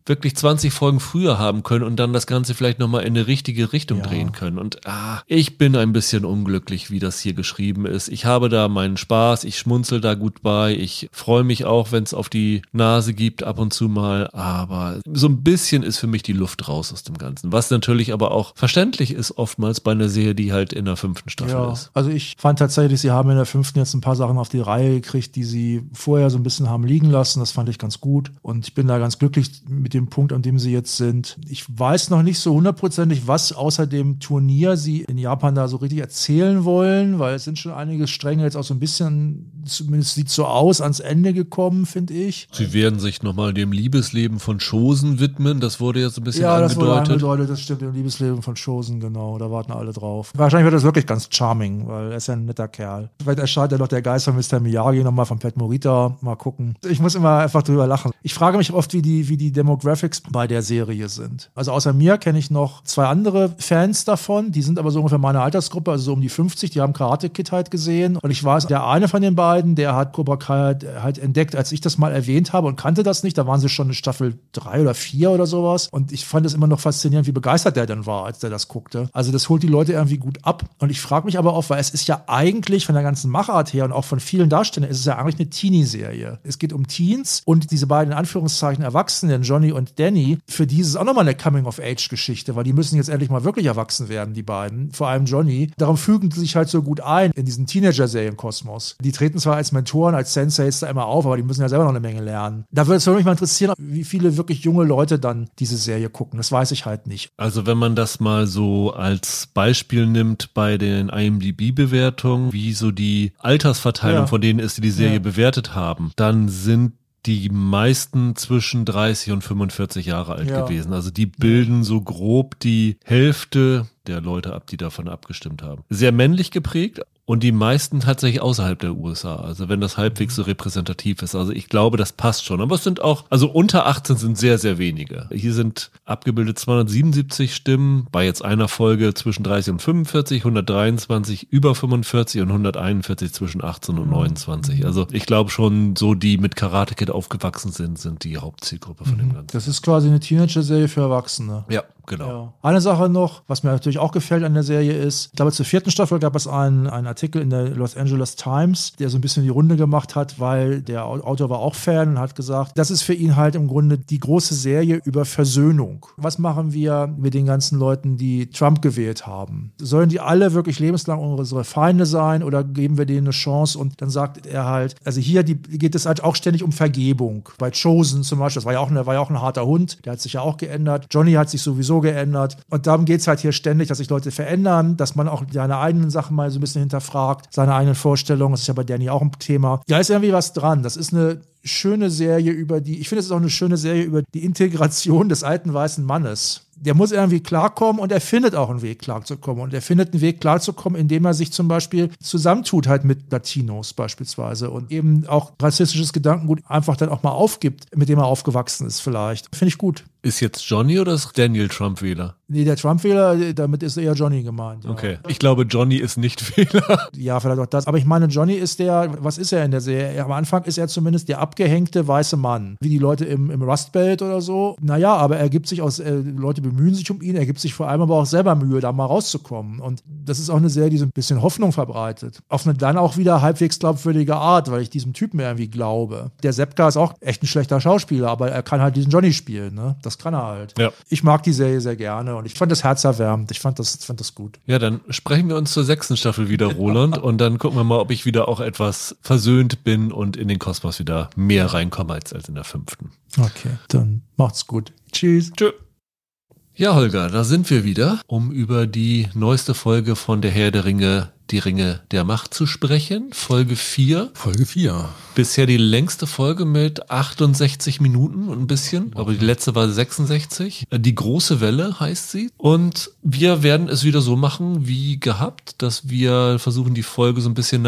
wirklich zwanzig Folgen früher haben können und dann das Ganze vielleicht nochmal in eine richtige Richtung Ja. drehen können. Und ah, ich bin ein bisschen unglücklich, wie das hier geschrieben ist. Ich habe da meinen Spaß, ich schmunzel da gut bei, ich freue mich auch, wenn es auf die Nase gibt ab und zu mal, aber so ein bisschen ist für mich die Luft raus aus dem Ganzen. Was natürlich aber auch verständlich ist oftmals bei einer Serie, die halt in der fünften Staffel Ja, ist. also ich fand tatsächlich, sie haben in der fünften jetzt ein paar Sachen auf die Reihe gekriegt, die sie vorher so ein bisschen haben liegen lassen. Das fand ich ganz gut. Und ich bin da ganz glücklich mit dem Punkt, an dem sie jetzt sind. Ich weiß noch nicht so hundertprozentig, was außer dem Turnier sie in Japan da so richtig erzählen wollen, weil es sind schon einige Stränge jetzt auch so ein bisschen, zumindest sieht so aus, ans Ende gekommen, finde ich. Sie werden sich nochmal dem Liebesleben von Chosen widmen. Das wurde jetzt ein bisschen Ja, das wurde angedeutet. angedeutet, das stimmt, im Liebesleben von Chosen, genau, da warten alle drauf. Wahrscheinlich wird das wirklich ganz charming, weil er ist ja ein netter Kerl. Vielleicht erscheint ja noch der Geist von Mister Miyagi nochmal von Pat Morita, mal gucken. Ich muss immer einfach drüber lachen. Ich frage mich oft, wie die, wie die Demographics bei der Serie sind. Also außer mir kenne ich noch zwei andere Fans davon, die sind aber so ungefähr meine Altersgruppe, also so um die fünfzig, die haben Karate Kid halt gesehen und ich weiß, der eine von den beiden, der hat Cobra Kai halt, halt entdeckt, als ich das mal erwähnt habe und kannte das nicht, da waren sie schon in Staffel drei oder vier oder sowas und ich fand es immer noch faszinierend, wie begeistert der dann war, als der das guckte. Also das holt die Leute irgendwie gut ab und ich frage mich aber auch, weil es ist ja eigentlich von der ganzen Machart her und auch von vielen Darstellern, ist es ja eigentlich eine Teenie-Serie. Es geht um Teens und diese beiden in Anführungszeichen Erwachsenen, Johnny und Danny, für die ist es auch nochmal eine Coming-of-Age-Geschichte, weil die müssen jetzt endlich mal wirklich erwachsen werden, die beiden, vor allem Johnny. Darum fügen sie sich halt so gut ein in diesen Teenager-Serienkosmos. Die treten zwar als Mentoren, als Senseis da immer auf, aber die müssen ja selber noch eine Menge lernen. Da würde es mich mal interessieren, wie viele wirklich junge Leute dann diese Serie gucken. Das weiß ich halt nicht. Also wenn man das mal so als Beispiel nimmt bei den I M D B-Bewertungen, wie so die Altersverteilung Ja. von denen ist, die die Serie Ja. bewertet haben, dann sind die meisten zwischen dreißig und fünfundvierzig Jahre alt Ja. gewesen. Also die bilden so grob die Hälfte der Leute ab, die davon abgestimmt haben. Sehr männlich geprägt. Und die meisten tatsächlich außerhalb der U S A, also wenn das halbwegs so repräsentativ ist. Also ich glaube, das passt schon. Aber es sind auch, also unter achtzehn sind sehr, sehr wenige. Hier sind abgebildet zweihundertsiebenundsiebzig Stimmen, bei jetzt einer Folge zwischen dreißig und fünfundvierzig, hundertdreiundzwanzig über fünfundvierzig und hunderteinundvierzig zwischen achtzehn und neunundzwanzig. Also ich glaube schon, so die mit Karate Kid aufgewachsen sind, sind die Hauptzielgruppe von dem Ganzen. Das ist quasi eine Teenager-Serie für Erwachsene. Ja, genau. Ja. Eine Sache noch, was mir natürlich auch gefällt an der Serie ist, ich glaube zur vierten Staffel gab es einen, einen Artikel in der Los Angeles Times, der so ein bisschen die Runde gemacht hat, weil der Autor war auch Fan und hat gesagt, das ist für ihn halt im Grunde die große Serie über Versöhnung. Was machen wir mit den ganzen Leuten, die Trump gewählt haben? Sollen die alle wirklich lebenslang unsere Feinde sein oder geben wir denen eine Chance? Und dann sagt er halt, also hier die, geht es halt auch ständig um Vergebung. Bei Chosen zum Beispiel, das war ja auch, eine, war ja auch ein harter Hund, der hat sich ja auch geändert. Johnny hat sich sowieso geändert. Und darum geht es halt hier ständig, dass sich Leute verändern, dass man auch seine eigenen Sachen mal so ein bisschen hinterfragt, seine eigenen Vorstellungen. Das ist ja bei Danny auch ein Thema. Da ist irgendwie was dran. Das ist eine schöne Serie über die, ich finde, es ist auch eine schöne Serie über die Integration des alten weißen Mannes. Der muss irgendwie klarkommen und er findet auch einen Weg klarzukommen. Und er findet einen Weg klarzukommen, indem er sich zum Beispiel zusammentut halt mit Latinos beispielsweise und eben auch rassistisches Gedankengut einfach dann auch mal aufgibt, mit dem er aufgewachsen ist vielleicht. Finde ich gut. Ist jetzt Johnny oder ist Daniel Trump-Wähler? Nee, der Trump-Wähler, damit ist eher Johnny gemeint. Ja. Okay. Ich glaube, Johnny ist nicht Wähler. Ja, vielleicht auch das. Aber ich meine, Johnny ist der, was ist er in der Serie? Am Anfang ist er zumindest der abgehängte weiße Mann. Wie die Leute im, im Rust Belt oder so. Naja, aber er gibt sich aus, äh, Leute bemühen sich um ihn, er gibt sich vor allem aber auch selber Mühe, da mal rauszukommen. Und das ist auch eine Serie, die so ein bisschen Hoffnung verbreitet. Auf eine dann auch wieder halbwegs glaubwürdige Art, weil ich diesem Typen irgendwie glaube. Der Sepka ist auch echt ein schlechter Schauspieler, aber er kann halt diesen Johnny spielen, ne? Das kann er halt. Ja. Ich mag die Serie sehr gerne und ich fand das herzerwärmend. Ich fand das, fand das gut. Ja, dann sprechen wir uns zur sechsten Staffel wieder, Roland, und dann gucken wir mal, ob ich wieder auch etwas versöhnt bin und in den Kosmos wieder mehr reinkomme als, als in der fünften. Okay, dann macht's gut. Tschüss. Tschö. Ja, Holger, da sind wir wieder, um über die neueste Folge von Der Herr der Ringe, die Ringe der Macht zu sprechen. Folge vier. Folge vier. Bisher die längste Folge mit achtundsechzig Minuten und ein bisschen, aber die letzte war sechsundsechzig. Die große Welle heißt sie. Und wir werden es wieder so machen wie gehabt, dass wir versuchen, die Folge so ein bisschen nach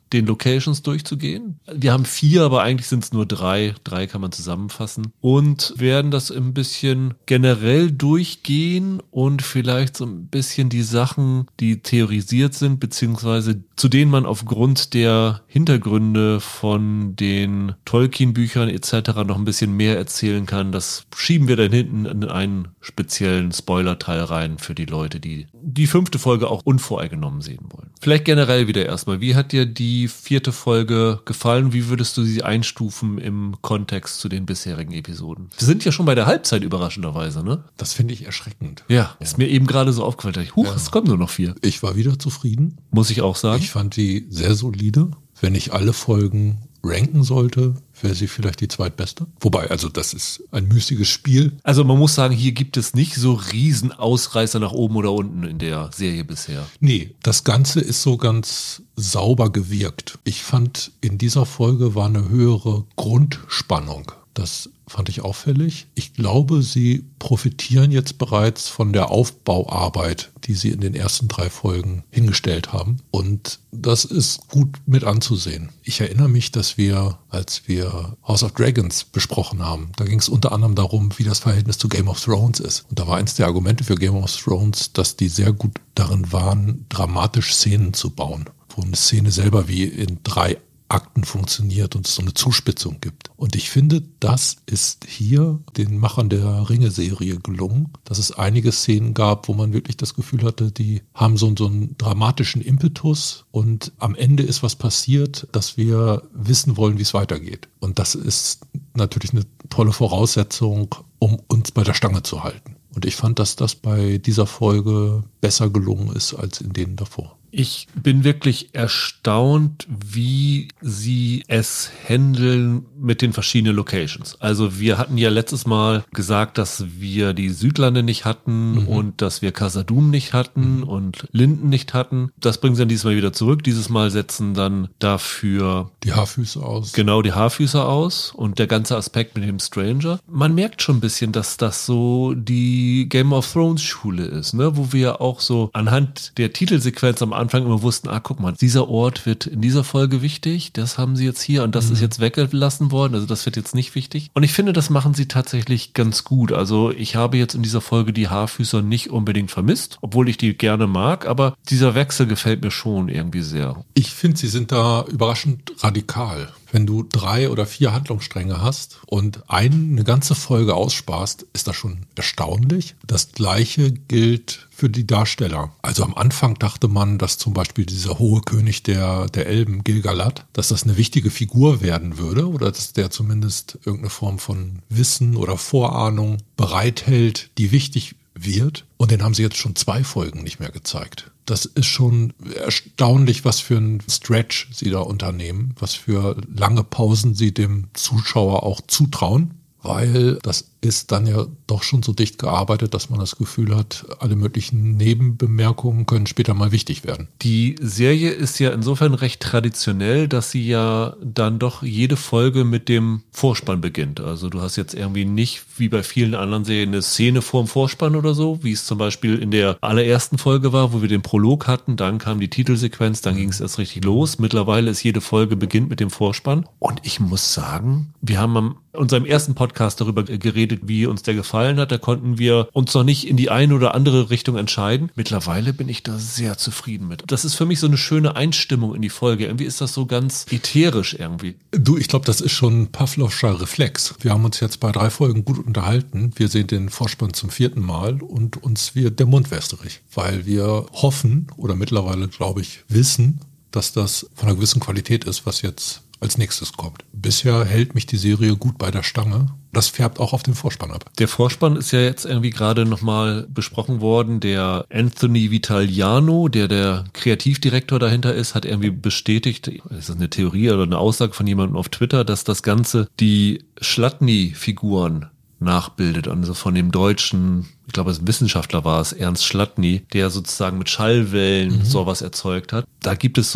den Locations durchzugehen. Wir haben vier, aber eigentlich sind es nur drei. Drei kann man zusammenfassen. Und werden das ein bisschen generell durchgehen und vielleicht so ein bisschen die Sachen, die theorisiert sind, beziehungsweise zu denen man aufgrund der Hintergründe von den Tolkien-Büchern et cetera noch ein bisschen mehr erzählen kann. Das schieben wir dann hinten in einen speziellen Spoiler-Teil rein für die Leute, die die fünfte Folge auch unvoreingenommen sehen wollen. Vielleicht generell wieder erstmal. Wie hat dir die vierte Folge gefallen? Wie würdest du sie einstufen im Kontext zu den bisherigen Episoden? Wir sind ja schon bei der Halbzeit überraschenderweise, ne? Das finde ich erschreckend. Ja, ist mir eben gerade so aufgefallen. Da ich, huch, ja. Es kommen nur noch vier. Ich war wieder zufrieden. Muss ich auch sagen. Ich fand die sehr solide. Wenn ich alle Folgen ranken sollte, wäre sie vielleicht die zweitbeste. Wobei, also das ist ein müßiges Spiel. Also man muss sagen, hier gibt es nicht so riesen Ausreißer nach oben oder unten in der Serie bisher. Nee, das Ganze ist so ganz sauber gewirkt. Ich fand, in dieser Folge war eine höhere Grundspannung. Das fand ich auffällig. Ich glaube, sie profitieren jetzt bereits von der Aufbauarbeit, die sie in den ersten drei Folgen hingestellt haben. Und das ist gut mit anzusehen. Ich erinnere mich, dass wir, als wir House of Dragons besprochen haben, da ging es unter anderem darum, wie das Verhältnis zu Game of Thrones ist. Und da war eins der Argumente für Game of Thrones, dass die sehr gut darin waren, dramatisch Szenen zu bauen, wo eine Szene selber wie in drei Akten funktioniert und es so eine Zuspitzung gibt. Und ich finde, das ist hier den Machern der Ringe-Serie gelungen, dass es einige Szenen gab, wo man wirklich das Gefühl hatte, die haben so, so einen dramatischen Impetus und am Ende ist was passiert, dass wir wissen wollen, wie es weitergeht. Und das ist natürlich eine tolle Voraussetzung, um uns bei der Stange zu halten. Und ich fand, dass das bei dieser Folge besser gelungen ist als in denen davor. Ich bin wirklich erstaunt, wie sie es handeln mit den verschiedenen Locations. Also wir hatten ja letztes Mal gesagt, dass wir die Südlande nicht hatten mhm. und dass wir Khazad-dûm nicht hatten mhm. und Linden nicht hatten. Das bringen sie dann diesmal wieder zurück. Dieses Mal setzen dann dafür die Haarfüße aus. Genau, die Haarfüße aus und der ganze Aspekt mit dem Stranger. Man merkt schon ein bisschen, dass das so die Game of Thrones Schule ist, ne? Wo wir auch so anhand der Titelsequenz am Anfang immer wussten, ah, guck mal, dieser Ort wird in dieser Folge wichtig, das haben sie jetzt hier und das mhm. ist jetzt weggelassen worden, also das wird jetzt nicht wichtig. Und ich finde, das machen sie tatsächlich ganz gut. Also ich habe jetzt in dieser Folge die Haarfüßer nicht unbedingt vermisst, obwohl ich die gerne mag, aber dieser Wechsel gefällt mir schon irgendwie sehr. Ich finde, sie sind da überraschend radikal. Wenn du drei oder vier Handlungsstränge hast und einen eine ganze Folge aussparst, ist das schon erstaunlich. Das Gleiche gilt für die Darsteller. Also am Anfang dachte man, dass zum Beispiel dieser hohe König der, der Elben, Gil-galad, dass das eine wichtige Figur werden würde oder dass der zumindest irgendeine Form von Wissen oder Vorahnung bereithält, die wichtig wird. Und den haben sie jetzt schon zwei Folgen nicht mehr gezeigt. Das ist schon erstaunlich, was für ein Stretch sie da unternehmen, was für lange Pausen sie dem Zuschauer auch zutrauen, weil das ist dann ja doch schon so dicht gearbeitet, dass man das Gefühl hat, alle möglichen Nebenbemerkungen können später mal wichtig werden. Die Serie ist ja insofern recht traditionell, dass sie ja dann doch jede Folge mit dem Vorspann beginnt. Also du hast jetzt irgendwie nicht, wie bei vielen anderen Serien, eine Szene vorm Vorspann oder so, wie es zum Beispiel in der allerersten Folge war, wo wir den Prolog hatten, dann kam die Titelsequenz, dann ging es erst richtig los. Mittlerweile ist jede Folge beginnt mit dem Vorspann. Und ich muss sagen, wir haben am unserem ersten Podcast darüber geredet, wie uns der gefallen hat. Da konnten wir uns noch nicht in die eine oder andere Richtung entscheiden. Mittlerweile bin ich da sehr zufrieden mit. Das ist für mich so eine schöne Einstimmung in die Folge. Irgendwie ist das so ganz ätherisch irgendwie. Du, ich glaube, das ist schon ein Pavlovscher Reflex. Wir haben uns jetzt bei drei Folgen gut unterhalten. Wir sehen den Vorspann zum vierten Mal und uns wird der Mund wässrig, weil wir hoffen oder mittlerweile, glaube ich, wissen, dass das von einer gewissen Qualität ist, was jetzt als nächstes kommt. Bisher hält mich die Serie gut bei der Stange. Das färbt auch auf den Vorspann ab. Der Vorspann ist ja jetzt irgendwie gerade nochmal besprochen worden. Der Anthony Vitaliano, der der Kreativdirektor dahinter ist, hat irgendwie bestätigt, ist das eine Theorie oder eine Aussage von jemandem auf Twitter, dass das Ganze die Schladny-Figuren nachbildet, also von dem deutschen, ich glaube, als Wissenschaftler war es, Ernst Schladny, der sozusagen mit Schallwellen mhm. sowas erzeugt hat. Da gibt es so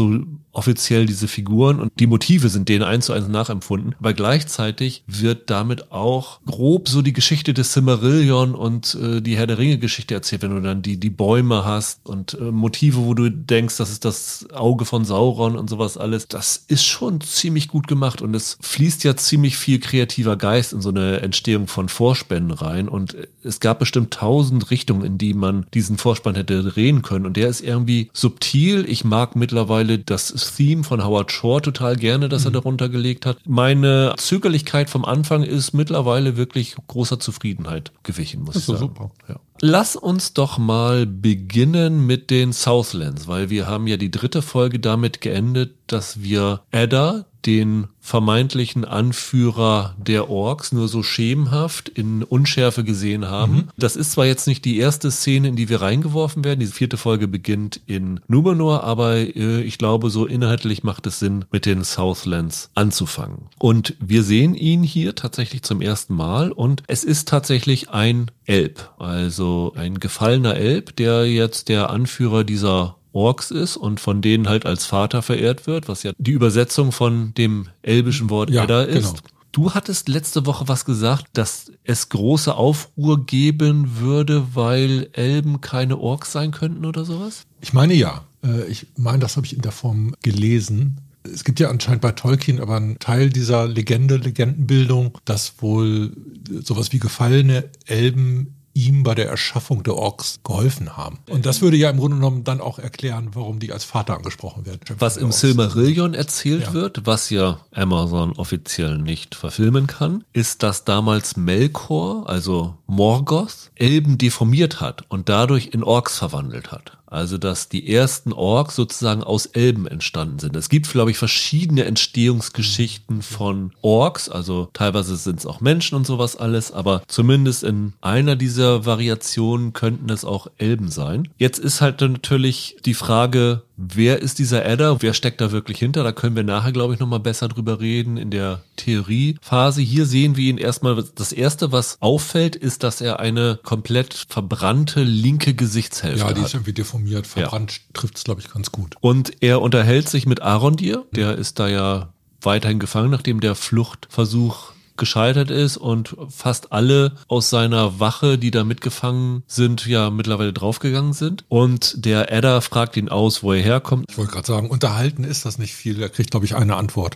offiziell diese Figuren und die Motive sind denen eins zu eins nachempfunden, aber gleichzeitig wird damit auch grob so die Geschichte des Silmarillion und äh, die Herr der Ringe-Geschichte erzählt, wenn du dann die, die Bäume hast und äh, Motive, wo du denkst, das ist das Auge von Sauron und sowas alles. Das ist schon ziemlich gut gemacht und es fließt ja ziemlich viel kreativer Geist in so eine Entstehung von Vorspänen rein und es gab bestimmt tausend Richtungen, in die man diesen Vorspann hätte drehen können und der ist irgendwie subtil. Ich mag mittlerweile das Theme von Howard Shore total gerne, das er darunter gelegt hat. Meine Zögerlichkeit vom Anfang ist mittlerweile wirklich großer Zufriedenheit gewichen, muss ich sagen. Super. Ja. Lass uns doch mal beginnen mit den Southlands, weil wir haben ja die dritte Folge damit geendet, dass wir Eddard, den vermeintlichen Anführer der Orks, nur so schemenhaft in Unschärfe gesehen haben. Mhm. Das ist zwar jetzt nicht die erste Szene, in die wir reingeworfen werden. Die vierte Folge beginnt in Númenor, aber äh, ich glaube, so inhaltlich macht es Sinn, mit den Southlands anzufangen. Und wir sehen ihn hier tatsächlich zum ersten Mal und es ist tatsächlich ein Elb, also ein gefallener Elb, der jetzt der Anführer dieser Orks ist und von denen halt als Vater verehrt wird, was ja die Übersetzung von dem elbischen Wort ja, Eddard ist. Genau. Du hattest letzte Woche was gesagt, dass es große Aufruhr geben würde, weil Elben keine Orks sein könnten oder sowas? Ich meine ja. Ich meine, das habe ich in der Form gelesen. Es gibt ja anscheinend bei Tolkien aber einen Teil dieser Legende, Legendenbildung, dass wohl sowas wie gefallene Elben ihm bei der Erschaffung der Orks geholfen haben. Und das würde ja im Grunde genommen dann auch erklären, warum die als Vater angesprochen werden. Was im Silmarillion erzählt ja. wird, was ja Amazon offiziell nicht verfilmen kann, ist, dass damals Melkor, also Morgoth, Elben deformiert hat und dadurch in Orks verwandelt hat. Also, dass die ersten Orks sozusagen aus Elben entstanden sind. Es gibt, glaube ich, verschiedene Entstehungsgeschichten von Orks. Also teilweise sind es auch Menschen und sowas alles. Aber zumindest in einer dieser Variationen könnten es auch Elben sein. Jetzt ist halt natürlich die Frage, wer ist dieser Eddard? Wer steckt da wirklich hinter? Da können wir nachher, glaube ich, nochmal besser drüber reden in der Theoriephase. Hier sehen wir ihn erstmal. Das Erste, was auffällt, ist, dass er eine komplett verbrannte linke Gesichtshälfte hat. Ja, die ist irgendwie deformiert. Verbrannt ja. Trifft es, glaube ich, ganz gut. Und er unterhält sich mit Arondir. Der ist da ja weiterhin gefangen, nachdem der Fluchtversuch gescheitert ist und fast alle aus seiner Wache, die da mitgefangen sind, ja mittlerweile draufgegangen sind. Und der Eddard fragt ihn aus, wo er herkommt. Ich wollte gerade sagen, unterhalten ist das nicht viel. Er kriegt, glaube ich, eine Antwort.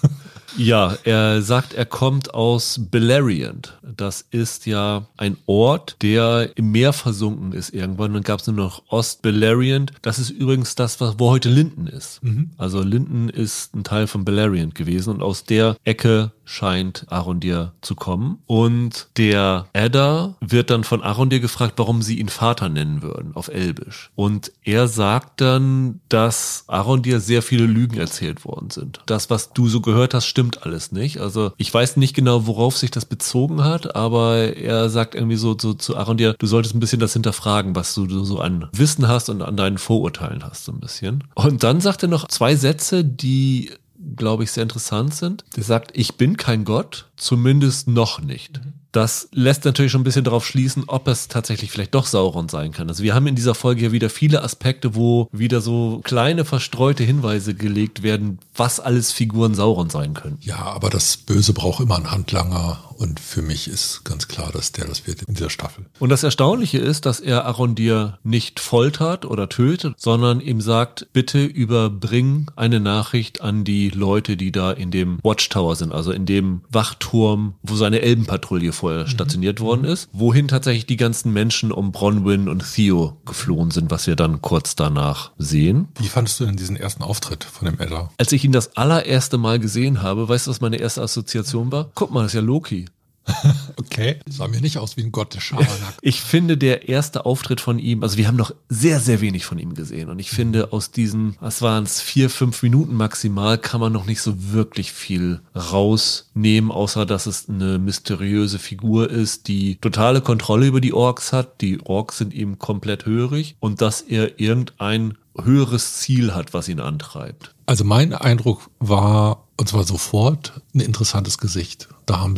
Ja, er sagt, er kommt aus Beleriand. Das ist ja ein Ort, der im Meer versunken ist irgendwann. Dann gab es nur noch Ost-Beleriand. Das ist übrigens das, wo heute Linden ist. Mhm. Also Linden ist ein Teil von Beleriand gewesen und aus der Ecke scheint Arondir zu kommen. Und der Eddard wird dann von Arondir gefragt, warum sie ihn Vater nennen würden auf Elbisch. Und er sagt dann, dass Arondir sehr viele Lügen erzählt worden sind. Das, was du so gehört hast, stimmt alles nicht. Also ich weiß nicht genau, worauf sich das bezogen hat, aber er sagt irgendwie so, so zu Arondir, du solltest ein bisschen das hinterfragen, was du so an Wissen hast und an deinen Vorurteilen hast so ein bisschen. Und dann sagt er noch zwei Sätze, die, glaube ich, sehr interessant sind. Der sagt, ich bin kein Gott, zumindest noch nicht. Das lässt natürlich schon ein bisschen darauf schließen, ob es tatsächlich vielleicht doch Sauron sein kann. Also wir haben in dieser Folge ja wieder viele Aspekte, wo wieder so kleine verstreute Hinweise gelegt werden, was alles Figuren Sauron sein können. Ja, aber das Böse braucht immer einen Handlanger und für mich ist ganz klar, dass der das wird in dieser Staffel. Und das Erstaunliche ist, dass er Arondir nicht foltert oder tötet, sondern ihm sagt, bitte überbring eine Nachricht an die Leute, die da in dem Watchtower sind, also in dem Wachturm, wo seine Elbenpatrouille vorher mhm. stationiert worden ist, wohin tatsächlich die ganzen Menschen um Bronwyn und Theo geflohen sind, was wir dann kurz danach sehen. Wie fandest du denn diesen ersten Auftritt von dem Eddard? Als ich ihn das allererste Mal gesehen habe, weißt du, was meine erste Assoziation war? Guck mal, das ist ja Loki. Okay. Sah mir nicht aus wie ein Gott des Schabernack. Ich finde, der erste Auftritt von ihm, also wir haben noch sehr, sehr wenig von ihm gesehen. Und ich finde, aus diesen, was waren es, vier, fünf Minuten maximal, kann man noch nicht so wirklich viel rausnehmen, außer dass es eine mysteriöse Figur ist, die totale Kontrolle über die Orks hat. Die Orks sind ihm komplett hörig und dass er irgendein höheres Ziel hat, was ihn antreibt. Also mein Eindruck war, und zwar sofort, ein interessantes Gesicht. Da haben sie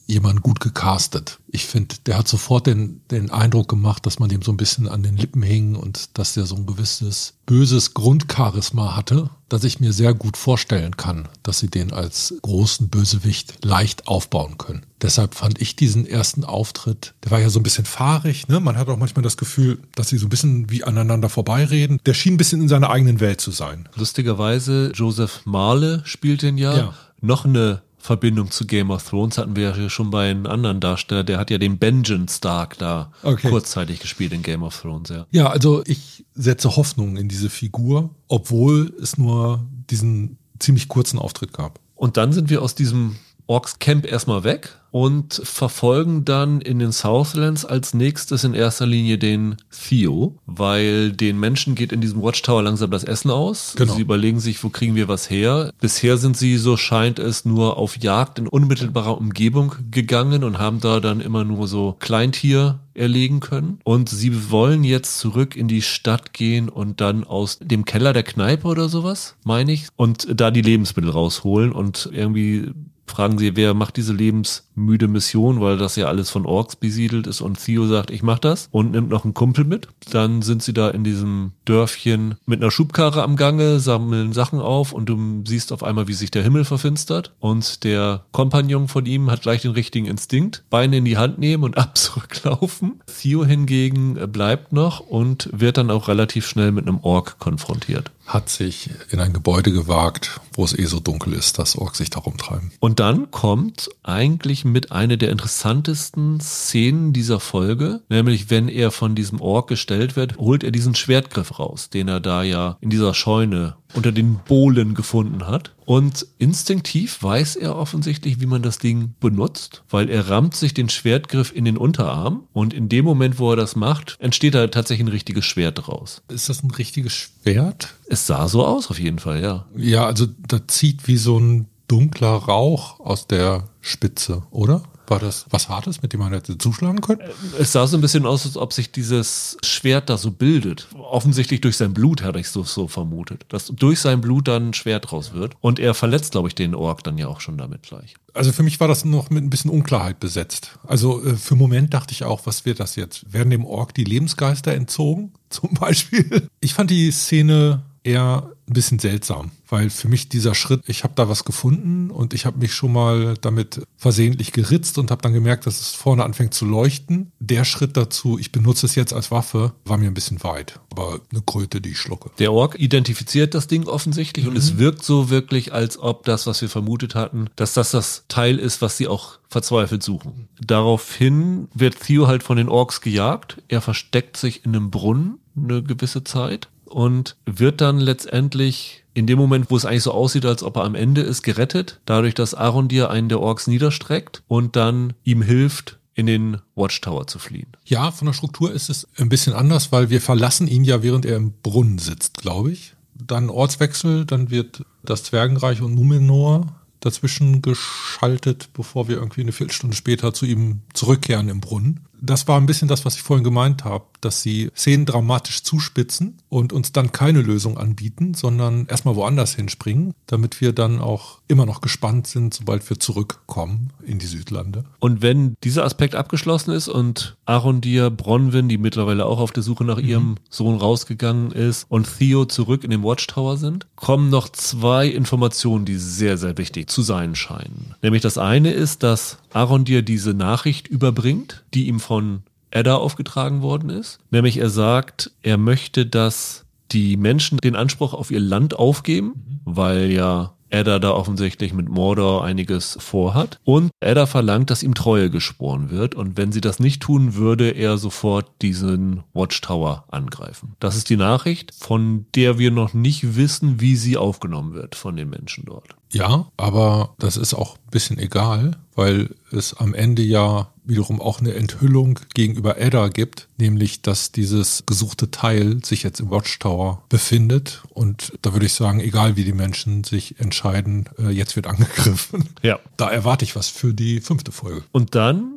jemanden gut gecastet. Ich finde, der hat sofort den, den Eindruck gemacht, dass man dem so ein bisschen an den Lippen hing und dass der so ein gewisses böses Grundcharisma hatte, dass ich mir sehr gut vorstellen kann, dass sie den als großen Bösewicht leicht aufbauen können. Deshalb fand ich diesen ersten Auftritt, der war ja so ein bisschen fahrig, ne? Man hat auch manchmal das Gefühl, dass sie so ein bisschen wie aneinander vorbeireden. Der schien ein bisschen in seiner eigenen Welt zu sein. Lustigerweise, Joseph Marle spielt den ja. Ja. Noch eine Verbindung zu Game of Thrones hatten wir ja schon bei einem anderen Darsteller, der hat ja den Benjen Stark da okay. kurzzeitig gespielt in Game of Thrones, ja. Ja, also ich setze Hoffnung in diese Figur, obwohl es nur diesen ziemlich kurzen Auftritt gab. Und dann sind wir aus diesem Orks Camp erstmal weg und verfolgen dann in den Southlands als nächstes in erster Linie den Theo, weil den Menschen geht in diesem Watchtower langsam das Essen aus. Genau. Sie überlegen sich, wo kriegen wir was her. Bisher sind sie, so scheint es, nur auf Jagd in unmittelbarer Umgebung gegangen und haben da dann immer nur so Kleintier erlegen können. Und sie wollen jetzt zurück in die Stadt gehen und dann aus dem Keller der Kneipe oder sowas, meine ich, und da die Lebensmittel rausholen und irgendwie fragen sie, wer macht diese lebensmüde Mission, weil das ja alles von Orks besiedelt ist, und Theo sagt, ich mach das und nimmt noch einen Kumpel mit. Dann sind sie da in diesem Dörfchen mit einer Schubkarre am Gange, sammeln Sachen auf und du siehst auf einmal, wie sich der Himmel verfinstert, und der Kompagnon von ihm hat gleich den richtigen Instinkt, Beine in die Hand nehmen und ab zurücklaufen. Theo hingegen bleibt noch und wird dann auch relativ schnell mit einem Ork konfrontiert. Hat sich in ein Gebäude gewagt, wo es eh so dunkel ist, dass Orks sich da rumtreiben. Und dann kommt eigentlich mit einer der interessantesten Szenen dieser Folge, nämlich wenn er von diesem Ork gestellt wird, holt er diesen Schwertgriff raus, den er da ja in dieser Scheune unter den Bohlen gefunden hat. Und instinktiv weiß er offensichtlich, wie man das Ding benutzt, weil er rammt sich den Schwertgriff in den Unterarm und in dem Moment, wo er das macht, entsteht da tatsächlich ein richtiges Schwert draus. Ist das ein richtiges Schwert? Es sah so aus auf jeden Fall, ja. Ja, also da zieht wie so ein dunkler Rauch aus der Spitze, oder? War das was Hartes, mit dem man hätte zuschlagen können? Es sah so ein bisschen aus, als ob sich dieses Schwert da so bildet. Offensichtlich durch sein Blut, hatte ich so, so vermutet. Dass durch sein Blut dann ein Schwert raus wird. Und er verletzt, glaube ich, den Ork dann ja auch schon damit gleich. Also für mich war das noch mit ein bisschen Unklarheit besetzt. Also äh, für einen Moment dachte ich auch, was wird das jetzt? Werden dem Ork die Lebensgeister entzogen, zum Beispiel? Ich fand die Szene eher ein bisschen seltsam, weil für mich dieser Schritt, ich habe da was gefunden und ich habe mich schon mal damit versehentlich geritzt und habe dann gemerkt, dass es vorne anfängt zu leuchten. Der Schritt dazu, ich benutze es jetzt als Waffe, war mir ein bisschen weit. Aber eine Kröte, die ich schlucke. Der Ork identifiziert das Ding offensichtlich, mhm. und es wirkt so wirklich, als ob das, was wir vermutet hatten, dass das das Teil ist, was sie auch verzweifelt suchen. Daraufhin wird Theo halt von den Orks gejagt. Er versteckt sich in einem Brunnen eine gewisse Zeit und wird dann letztendlich in dem Moment, wo es eigentlich so aussieht, als ob er am Ende ist, gerettet, dadurch, dass Arondir einen der Orks niederstreckt und dann ihm hilft, in den Watchtower zu fliehen. Ja, von der Struktur ist es ein bisschen anders, weil wir verlassen ihn ja, während er im Brunnen sitzt, glaube ich. Dann Ortswechsel, dann wird das Zwergenreich und Numenor dazwischen geschaltet, bevor wir irgendwie eine Viertelstunde später zu ihm zurückkehren im Brunnen. Das war ein bisschen das, was ich vorhin gemeint habe, dass sie Szenen dramatisch zuspitzen und uns dann keine Lösung anbieten, sondern erstmal woanders hinspringen, damit wir dann auch immer noch gespannt sind, sobald wir zurückkommen in die Südlande. Und wenn dieser Aspekt abgeschlossen ist und Arondir, Bronwyn, die mittlerweile auch auf der Suche nach mhm. ihrem Sohn rausgegangen ist, und Theo zurück in dem Watchtower sind, kommen noch zwei Informationen, die sehr, sehr wichtig zu sein scheinen. Nämlich das eine ist, dass Arondir diese Nachricht überbringt, die ihm von Edda aufgetragen worden ist. Nämlich er sagt, er möchte, dass die Menschen den Anspruch auf ihr Land aufgeben, mhm. weil ja Edda da offensichtlich mit Mordor einiges vorhat. Und Edda verlangt, dass ihm Treue geschworen wird. Und wenn sie das nicht tun, würde er sofort diesen Watchtower angreifen. Das ist die Nachricht, von der wir noch nicht wissen, wie sie aufgenommen wird von den Menschen dort. Ja, aber das ist auch ein bisschen egal, weil es am Ende ja wiederum auch eine Enthüllung gegenüber Edda gibt, nämlich, dass dieses gesuchte Teil sich jetzt im Watchtower befindet. Und da würde ich sagen, egal wie die Menschen sich entscheiden, jetzt wird angegriffen. Ja. Da erwarte ich was für die fünfte Folge. Und dann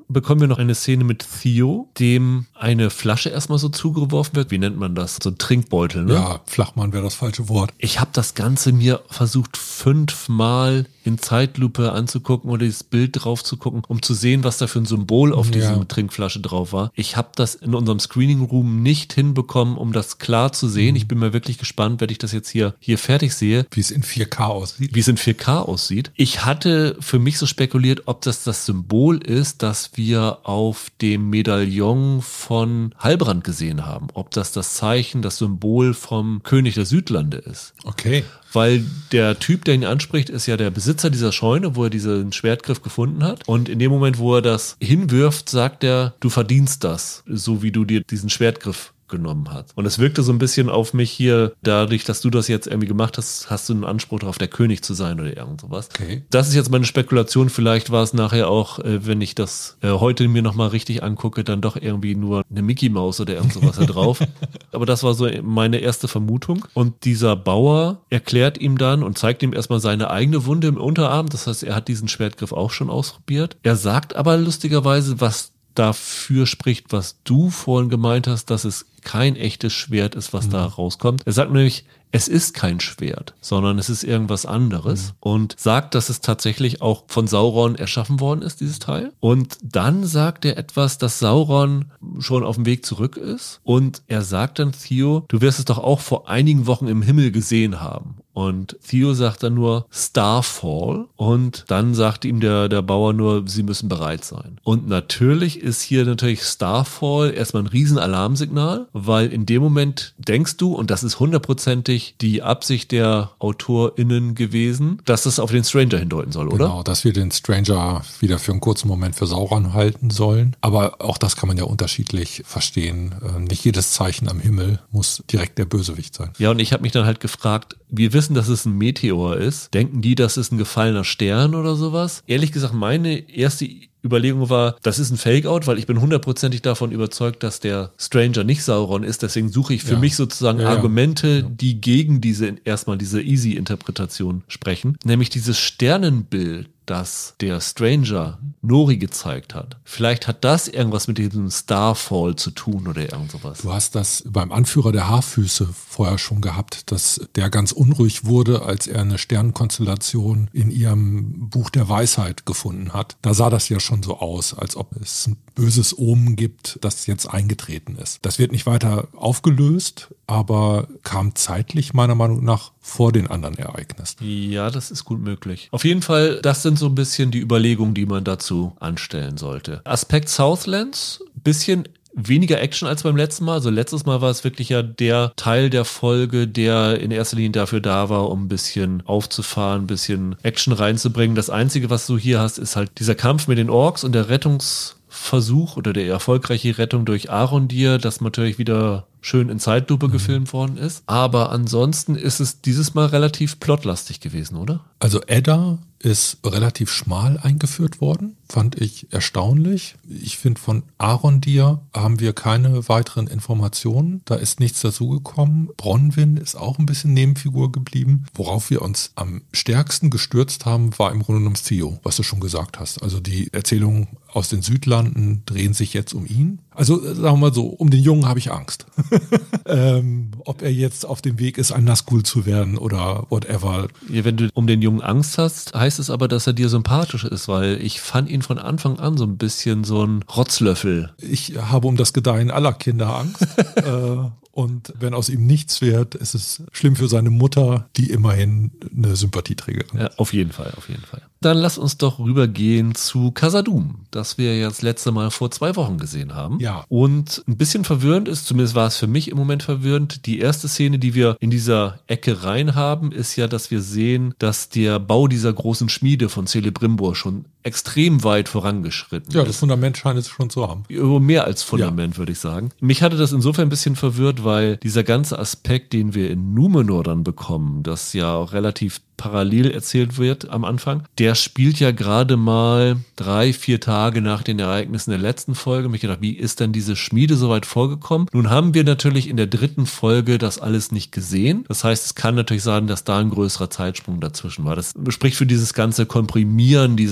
bekommen wir noch eine Szene mit Theo, dem eine Flasche erstmal so zugeworfen wird. Wie nennt man das? So ein Trinkbeutel, ne? Ja, Flachmann wäre das falsche Wort. Ich habe das Ganze mir versucht fünfmal in Zeitlupe anzugucken oder dieses Bild drauf zu gucken, um zu sehen, was da für ein Symbol auf dieser ja. Trinkflasche drauf war. Ich habe das in unserem Screening Room nicht hinbekommen, um das klar zu sehen. Ich bin mir wirklich gespannt, wenn ich das jetzt hier, hier fertig sehe. Wie es in vier K aussieht. Wie es in vier K aussieht. Ich hatte für mich so spekuliert, ob das das Symbol ist, das wir auf dem Medaillon von Halbrand gesehen haben. Ob das das Zeichen, das Symbol vom König der Südlande ist. Okay. Weil der Typ, der ihn anspricht, ist ja der Besitzer dieser Scheune, wo er diesen Schwertgriff gefunden hat. Und in dem Moment, wo er das hinwirft, sagt er, du verdienst das, so wie du dir diesen Schwertgriff genommen hat. Und es wirkte so ein bisschen auf mich hier, dadurch, dass du das jetzt irgendwie gemacht hast, hast du einen Anspruch darauf, der König zu sein oder irgend sowas. Okay. Das ist jetzt meine Spekulation. Vielleicht war es nachher auch, äh, wenn ich das äh, heute mir nochmal richtig angucke, dann doch irgendwie nur eine Mickey Maus oder irgend sowas da drauf. Aber das war so meine erste Vermutung. Und dieser Bauer erklärt ihm dann und zeigt ihm erstmal seine eigene Wunde im Unterarm. Das heißt, er hat diesen Schwertgriff auch schon ausprobiert. Er sagt aber lustigerweise, was dafür spricht, was du vorhin gemeint hast, dass es kein echtes Schwert ist, was mhm. da rauskommt. Er sagt nämlich, es ist kein Schwert, sondern es ist irgendwas anderes mhm. und sagt, dass es tatsächlich auch von Sauron erschaffen worden ist, dieses Teil. Und dann sagt er etwas, dass Sauron schon auf dem Weg zurück ist und er sagt dann Theo, du wirst es doch auch vor einigen Wochen im Himmel gesehen haben. Und Theo sagt dann nur Starfall und dann sagt ihm der, der Bauer nur, sie müssen bereit sein. Und natürlich ist hier natürlich Starfall erstmal ein riesen Alarmsignal, weil in dem Moment denkst du, und das ist hundertprozentig die Absicht der AutorInnen gewesen, dass das auf den Stranger hindeuten soll, oder? Genau, dass wir den Stranger wieder für einen kurzen Moment für Sauron halten sollen. Aber auch das kann man ja unterschiedlich verstehen. Nicht jedes Zeichen am Himmel muss direkt der Bösewicht sein. Ja, und ich habe mich dann halt gefragt, wir wissen, dass es ein Meteor ist. Denken die, das ist ein gefallener Stern oder sowas? Ehrlich gesagt, meine erste Überlegung war, das ist ein Fake-Out, weil ich bin hundertprozentig davon überzeugt, dass der Stranger nicht Sauron ist. Deswegen suche ich für ja. mich sozusagen ja, Argumente, ja. die gegen diese, erstmal diese Easy-Interpretation sprechen. Nämlich dieses Sternenbild, das der Stranger Nori gezeigt hat. Vielleicht hat das irgendwas mit diesem Starfall zu tun oder irgend sowas. Du hast das beim Anführer der Haarfüße vorher schon gehabt, dass der ganz unruhig wurde, als er eine Sternenkonstellation in ihrem Buch der Weisheit gefunden hat. Da sah das ja schon so aus, als ob es ein böses Omen gibt, das jetzt eingetreten ist. Das wird nicht weiter aufgelöst, aber kam zeitlich meiner Meinung nach vor den anderen Ereignissen. Ja, das ist gut möglich. Auf jeden Fall, das sind so ein bisschen die Überlegungen, die man dazu anstellen sollte. Aspekt Southlands, bisschen weniger Action als beim letzten Mal. Also letztes Mal war es wirklich ja der Teil der Folge, der in erster Linie dafür da war, um ein bisschen aufzufahren, ein bisschen Action reinzubringen. Das Einzige, was du hier hast, ist halt dieser Kampf mit den Orks und der Rettungsversuch oder der erfolgreiche Rettung durch Arondir, das natürlich wieder schön in Zeitlupe mhm. gefilmt worden ist. Aber ansonsten ist es dieses Mal relativ plotlastig gewesen, oder? Also Edda ist relativ schmal eingeführt worden, fand ich erstaunlich. Ich finde, von Arondir haben wir keine weiteren Informationen. Da ist nichts dazugekommen. Bronwyn ist auch ein bisschen Nebenfigur geblieben. Worauf wir uns am stärksten gestürzt haben, war im Grunde genommen Theo, was du schon gesagt hast. Also die Erzählungen aus den Südlanden drehen sich jetzt um ihn. Also sagen wir mal so, um den Jungen habe ich Angst. ähm, ob er jetzt auf dem Weg ist, ein Nazgul zu werden oder whatever. Ja, wenn du um den Jungen Angst hast, heißt es aber, dass er dir sympathisch ist, weil ich fand ihn von Anfang an so ein bisschen so ein Rotzlöffel. Ich habe um das Gedeihen aller Kinder Angst. äh, Und wenn aus ihm nichts wird, ist es schlimm für seine Mutter, die immerhin eine Sympathieträgerin ist. Ja, auf jeden Fall, auf jeden Fall. Dann lass uns doch rübergehen zu Khazad-dûm, das wir ja das letzte Mal vor zwei Wochen gesehen haben. Ja. Und ein bisschen verwirrend ist, zumindest war es für mich im Moment verwirrend, die erste Szene, die wir in dieser Ecke rein haben, ist ja, dass wir sehen, dass der Bau dieser großen Schmiede von Celebrimbor schon extrem weit vorangeschritten Ja, ist. das Fundament scheint es schon zu haben. Mehr als Fundament, ja. würde ich sagen. Mich hatte das insofern ein bisschen verwirrt, weil dieser ganze Aspekt, den wir in Númenor dann bekommen, das ja auch relativ parallel erzählt wird am Anfang, der spielt ja gerade mal drei, vier Tage nach den Ereignissen der letzten Folge. Mich gedacht, wie ist denn diese Schmiede so weit vorgekommen? Nun haben wir natürlich in der dritten Folge das alles nicht gesehen. Das heißt, es kann natürlich sein, dass da ein größerer Zeitsprung dazwischen war. Das spricht für dieses ganze Komprimieren dieser Geschichte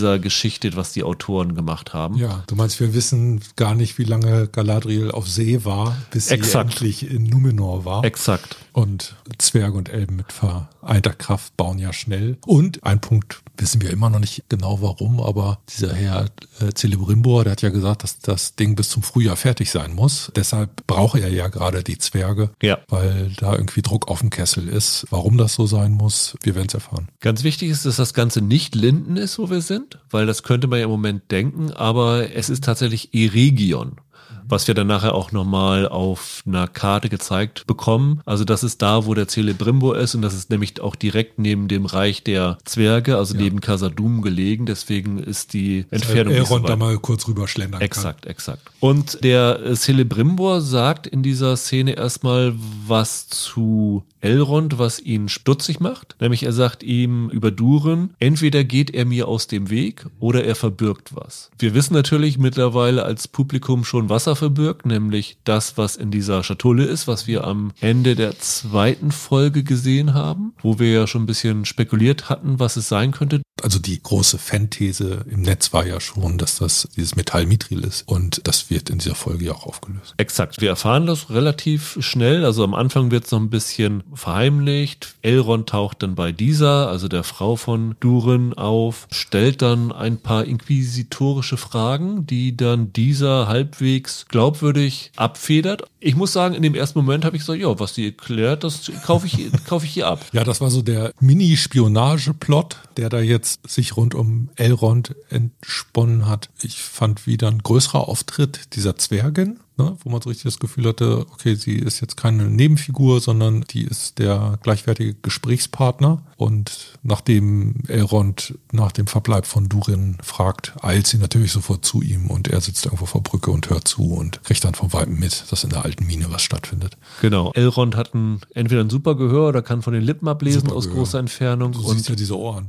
Geschichte, was die Autoren gemacht haben. Ja, du meinst, wir wissen gar nicht, wie lange Galadriel auf See war, bis sie Exakt. endlich in Numenor war. Exakt. Und Zwerge und Elben mit vereinter Kraft bauen ja schnell. Und ein Punkt wissen wir immer noch nicht genau warum, aber dieser Herr äh, Celebrimbor, der hat ja gesagt, dass das Ding bis zum Frühjahr fertig sein muss. Deshalb braucht er ja gerade die Zwerge, Ja. weil da irgendwie Druck auf dem Kessel ist. Warum das so sein muss, wir werden es erfahren. Ganz wichtig ist, dass das Ganze nicht Linden ist, wo wir sind, weil das könnte man ja im Moment denken, aber es ist tatsächlich Eregion, was wir dann nachher auch nochmal auf einer Karte gezeigt bekommen. Also das ist da, wo der Celebrimbor ist und das ist nämlich auch direkt neben dem Reich der Zwerge, also Ja. neben Khazad-dûm gelegen. Deswegen ist die Entfernung nicht so Elrond da weit. mal kurz rüberschlendern Exakt, exakt. Und der äh, Celebrimbor sagt in dieser Szene erstmal was zu Elrond, was ihn stutzig macht. Nämlich er sagt ihm über Durin, entweder geht er mir aus dem Weg oder er verbirgt was. Wir wissen natürlich mittlerweile als Publikum schon, was er verbirgt, nämlich das, was in dieser Schatulle ist, was wir am Ende der zweiten Folge gesehen haben, wo wir ja schon ein bisschen spekuliert hatten, was es sein könnte. Also die große Fan-These im Netz war ja schon, dass das dieses Metall Mithril ist und das wird in dieser Folge ja auch aufgelöst. Exakt. Wir erfahren das relativ schnell. Also am Anfang wird es noch ein bisschen verheimlicht. Elrond taucht dann bei dieser, also der Frau von Durin, auf, stellt dann ein paar inquisitorische Fragen, die dann dieser halbwegs glaubwürdig abfedert. Ich muss sagen, in dem ersten Moment habe ich gesagt, ja, was die erklärt, das kaufe ich, kaufe ich hier ab. Ja, das war so der Mini-Spionage-Plot, der da jetzt sich rund um Elrond entsponnen hat. Ich fand wieder ein größerer Auftritt dieser Zwergin, ne, wo man so richtig das Gefühl hatte, okay, sie ist jetzt keine Nebenfigur, sondern die ist der gleichwertige Gesprächspartner. Und nachdem Elrond nach dem Verbleib von Durin fragt, eilt sie natürlich sofort zu ihm und er sitzt irgendwo vor Brücke und hört zu und kriegt dann vom Weitem mit, dass in der alten Mine was stattfindet. Genau. Elrond hat ein, entweder ein super Gehör oder kann von den Lippen ablesen Super aus Gehör. großer Entfernung. Du Und siehst ja diese Ohren.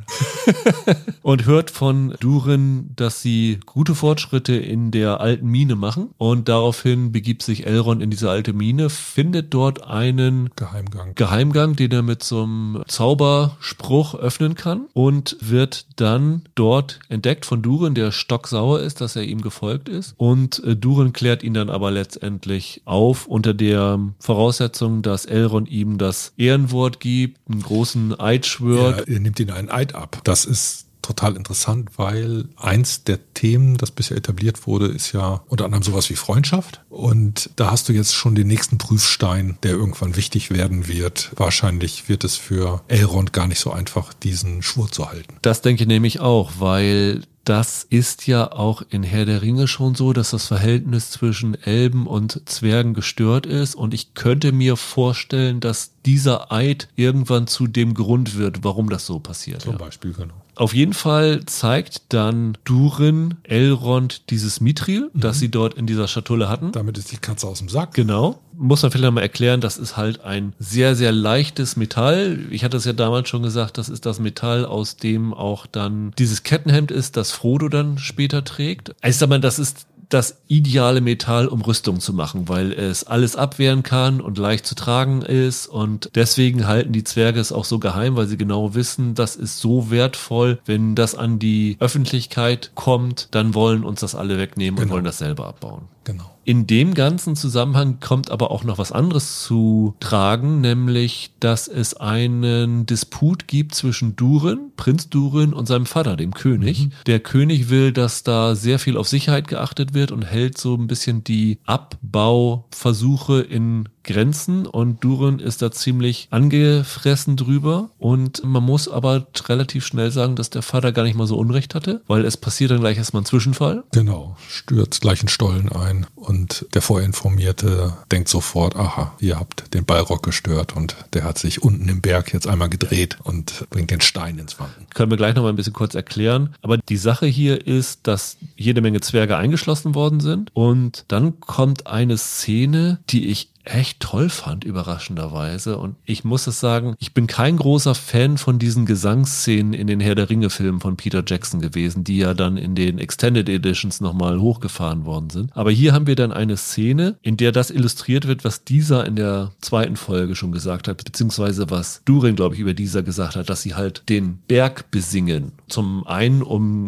und hört von Durin, dass sie gute Fortschritte in der alten Mine machen. Und daraufhin begibt sich Elrond in diese alte Mine, findet dort einen Geheimgang. Geheimgang, den er mit so einem Zauberspruch öffnen kann und wird dann dort entdeckt von Durin, der stocksauer ist, dass er ihm gefolgt ist. Und äh, Durin klärt ihn dann aber letztendlich auf unter der Voraussetzung, dass Elrond ihm das Ehrenwort gibt, einen großen Eid schwört. Er, er nimmt ihn einen Eid ab. Das ist total interessant, weil eins der Themen, das bisher etabliert wurde, ist ja unter anderem sowas wie Freundschaft. Und da hast du jetzt schon den nächsten Prüfstein, der irgendwann wichtig werden wird. Wahrscheinlich wird es für Elrond gar nicht so einfach, diesen Schwur zu halten. Das denke ich nämlich auch, weil das ist ja auch in Herr der Ringe schon so, dass das Verhältnis zwischen Elben und Zwergen gestört ist. Und ich könnte mir vorstellen, dass dieser Eid irgendwann zu dem Grund wird, warum das so passiert. Zum Ja. Beispiel, genau. Auf jeden Fall zeigt dann Durin Elrond dieses Mithril, Mhm. das sie dort in dieser Schatulle hatten. Damit ist die Katze aus dem Sack. Genau. Muss man vielleicht mal erklären, das ist halt ein sehr, sehr leichtes Metall. Ich hatte es ja damals schon gesagt, das ist das Metall, aus dem auch dann dieses Kettenhemd ist, das Frodo dann später trägt. Ich sag mal, das ist das ideale Metall, um Rüstung zu machen, weil es alles abwehren kann und leicht zu tragen ist und deswegen halten die Zwerge es auch so geheim, weil sie genau wissen, das ist so wertvoll, wenn das an die Öffentlichkeit kommt, dann wollen uns das alle wegnehmen und Genau. wollen das selber abbauen. Genau. In dem ganzen Zusammenhang kommt aber auch noch was anderes zu tragen, nämlich, dass es einen Disput gibt zwischen Durin, Prinz Durin und seinem Vater, dem König. Mhm. Der König will, dass da sehr viel auf Sicherheit geachtet wird und hält so ein bisschen die Abbauversuche in Grenzen und Durin ist da ziemlich angefressen drüber und man muss aber relativ schnell sagen, dass der Vater gar nicht mal so Unrecht hatte, weil es passiert dann gleich erstmal ein Zwischenfall. Genau. Stürzt gleich einen Stollen ein und der Vorinformierte denkt sofort, aha, ihr habt den Ballrock gestört und der hat sich unten im Berg jetzt einmal gedreht und bringt den Stein ins Wanken. Können wir gleich noch mal ein bisschen kurz erklären. Aber die Sache hier ist, dass jede Menge Zwerge eingeschlossen worden sind und dann kommt eine Szene, die ich echt toll fand, überraschenderweise. Und ich muss es sagen, ich bin kein großer Fan von diesen Gesangsszenen in den Herr der Ringe-Filmen von Peter Jackson gewesen, die ja dann in den Extended Editions nochmal hochgefahren worden sind. Aber hier haben wir dann eine Szene, in der das illustriert wird, was dieser in der zweiten Folge schon gesagt hat, beziehungsweise was Durin, glaube ich, über dieser gesagt hat, dass sie halt den Berg besingen. Zum einen, um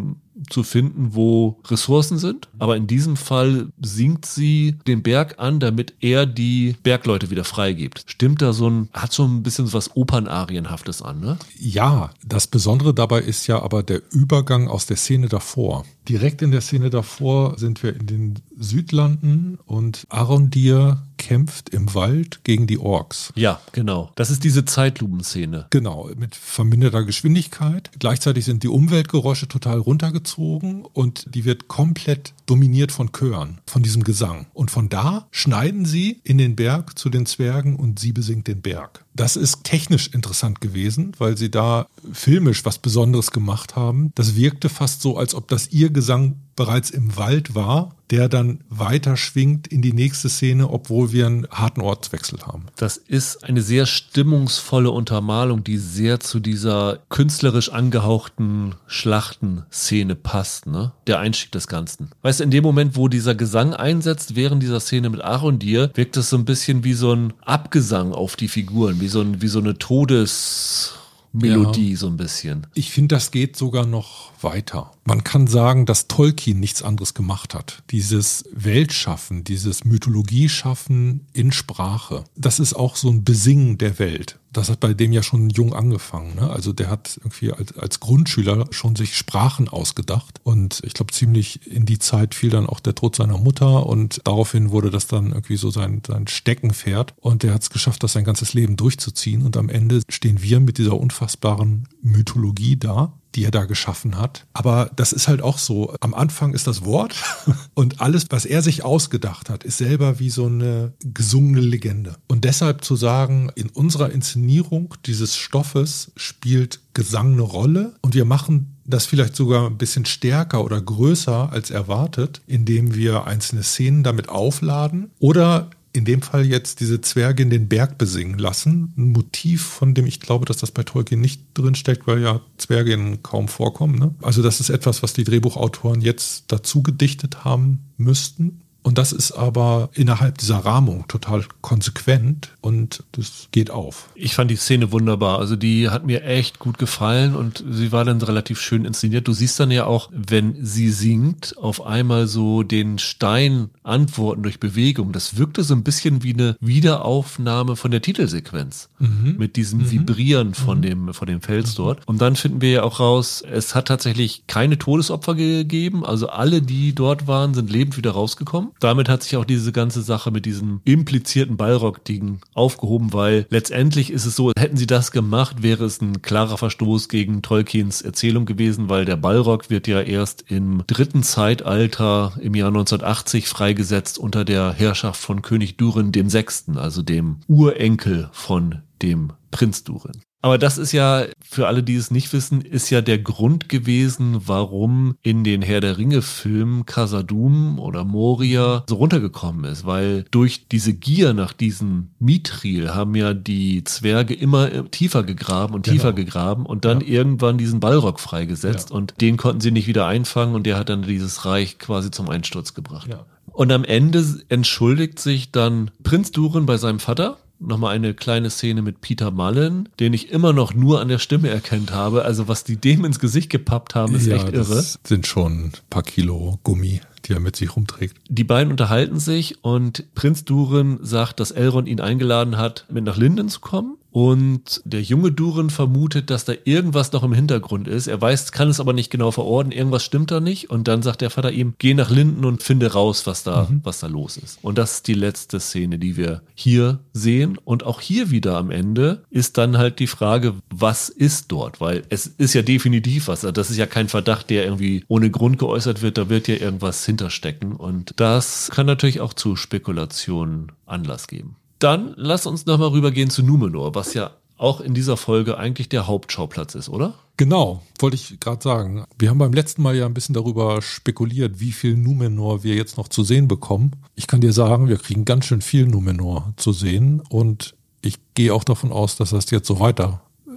zu finden, wo Ressourcen sind. Aber in diesem Fall singt sie den Berg an, damit er die Bergleute wieder freigibt. Stimmt da so ein, hat so ein bisschen was Opernarienhaftes an, ne? Ja, das Besondere dabei ist ja aber der Übergang aus der Szene davor. Direkt in der Szene davor sind wir in den Südlanden und Arondir kämpft im Wald gegen die Orks. Ja, genau. Das ist diese Zeitlupenszene. Genau, mit verminderter Geschwindigkeit. Gleichzeitig sind die Umweltgeräusche total runtergezogen und die wird komplett dominiert von Chören, von diesem Gesang. Und von da schneiden sie in den Berg zu den Zwergen und sie besingt den Berg. Das ist technisch interessant gewesen, weil sie da filmisch was Besonderes gemacht haben. Das wirkte fast so, als ob das ihr Gesang bereits im Wald war, der dann weiter schwingt in die nächste Szene, obwohl wir einen harten Ortswechsel haben. Das ist eine sehr stimmungsvolle Untermalung, die sehr zu dieser künstlerisch angehauchten Schlachtenszene passt, ne? Der Einstieg des Ganzen. Weißt du, in dem Moment, wo dieser Gesang einsetzt, während dieser Szene mit Arondir, wirkt es so ein bisschen wie so ein Abgesang auf die Figuren, wie so, ein, wie so eine Todes... Melodie, ja. So ein bisschen. Ich finde, das geht sogar noch weiter. Man kann sagen, dass Tolkien nichts anderes gemacht hat. Dieses Weltschaffen, dieses Mythologieschaffen in Sprache, das ist auch so ein Besingen der Welt. Das hat bei dem ja schon jung angefangen, ne? Also der hat irgendwie als, als Grundschüler schon sich Sprachen ausgedacht und ich glaube ziemlich in die Zeit fiel dann auch der Tod seiner Mutter und daraufhin wurde das dann irgendwie so sein, sein Steckenpferd und der hat es geschafft, das sein ganzes Leben durchzuziehen und am Ende stehen wir mit dieser unfassbaren Mythologie da, die er da geschaffen hat. Aber das ist halt auch so, am Anfang ist das Wort und alles, was er sich ausgedacht hat, ist selber wie so eine gesungene Legende. Und deshalb zu sagen, in unserer Inszenierung dieses Stoffes spielt Gesang eine Rolle und wir machen das vielleicht sogar ein bisschen stärker oder größer als erwartet, indem wir einzelne Szenen damit aufladen oder in dem Fall jetzt diese Zwergin den Berg besingen lassen. Ein Motiv, von dem ich glaube, dass das bei Tolkien nicht drin steckt, weil ja Zwerginnen kaum vorkommen. Ne? Also das ist etwas, was die Drehbuchautoren jetzt dazu gedichtet haben müssten. Und das ist aber innerhalb dieser Rahmung total konsequent und das geht auf. Ich fand die Szene wunderbar. Also die hat mir echt gut gefallen und sie war dann relativ schön inszeniert. Du siehst dann ja auch, wenn sie singt, auf einmal so den Stein antworten durch Bewegung. Das wirkte so ein bisschen wie eine Wiederaufnahme von der Titelsequenz. Mhm. Mit diesem mhm. Vibrieren von mhm. dem, von dem Fels mhm. dort. Und dann finden wir ja auch raus, es hat tatsächlich keine Todesopfer gegeben. Also alle, die dort waren, sind lebend wieder rausgekommen. Damit hat sich auch diese ganze Sache mit diesem implizierten Balrog-Ding aufgehoben, weil letztendlich ist es so, hätten sie das gemacht, wäre es ein klarer Verstoß gegen Tolkiens Erzählung gewesen, weil der Balrog wird ja erst im dritten Zeitalter im Jahr neunzehnhundertachtzig freigesetzt unter der Herrschaft von König Durin dem Sechsten, also dem Urenkel von dem Prinz Durin. Aber das ist ja, für alle, die es nicht wissen, ist ja der Grund gewesen, warum in den Herr der Ringe-Filmen Khazad-dûm oder Moria so runtergekommen ist. Weil durch diese Gier nach diesem Mithril haben ja die Zwerge immer tiefer gegraben und tiefer genau. gegraben und dann ja. irgendwann diesen Balrog freigesetzt. Ja. Und den konnten sie nicht wieder einfangen und der hat dann dieses Reich quasi zum Einsturz gebracht. Ja. Und am Ende entschuldigt sich dann Prinz Durin bei seinem Vater. Nochmal eine kleine Szene mit Peter Mullen, den ich immer noch nur an der Stimme erkannt habe. Also was die dem ins Gesicht gepappt haben, ist ja, echt irre. Das sind schon ein paar Kilo Gummi, die er mit sich rumträgt. Die beiden unterhalten sich und Prinz Durin sagt, dass Elrond ihn eingeladen hat, mit nach Lindon zu kommen. Und der junge Durin vermutet, dass da irgendwas noch im Hintergrund ist. Er weiß, kann es aber nicht genau verorten. Irgendwas stimmt da nicht. Und dann sagt der Vater ihm, geh nach Lindon und finde raus, was da, mhm. was da los ist. Und das ist die letzte Szene, die wir hier sehen. Und auch hier wieder am Ende ist dann halt die Frage, was ist dort? Weil es ist ja definitiv was. Das ist ja kein Verdacht, der irgendwie ohne Grund geäußert wird. Da wird ja irgendwas hinterstecken. Und das kann natürlich auch zu Spekulationen Anlass geben. Dann lass uns nochmal rübergehen zu Numenor, was ja auch in dieser Folge eigentlich der Hauptschauplatz ist, oder? Genau, wollte ich gerade sagen. Wir haben beim letzten Mal ja ein bisschen darüber spekuliert, wie viel Numenor wir jetzt noch zu sehen bekommen. Ich kann dir sagen, wir kriegen ganz schön viel Numenor zu sehen und ich gehe auch davon aus, dass das jetzt so weiter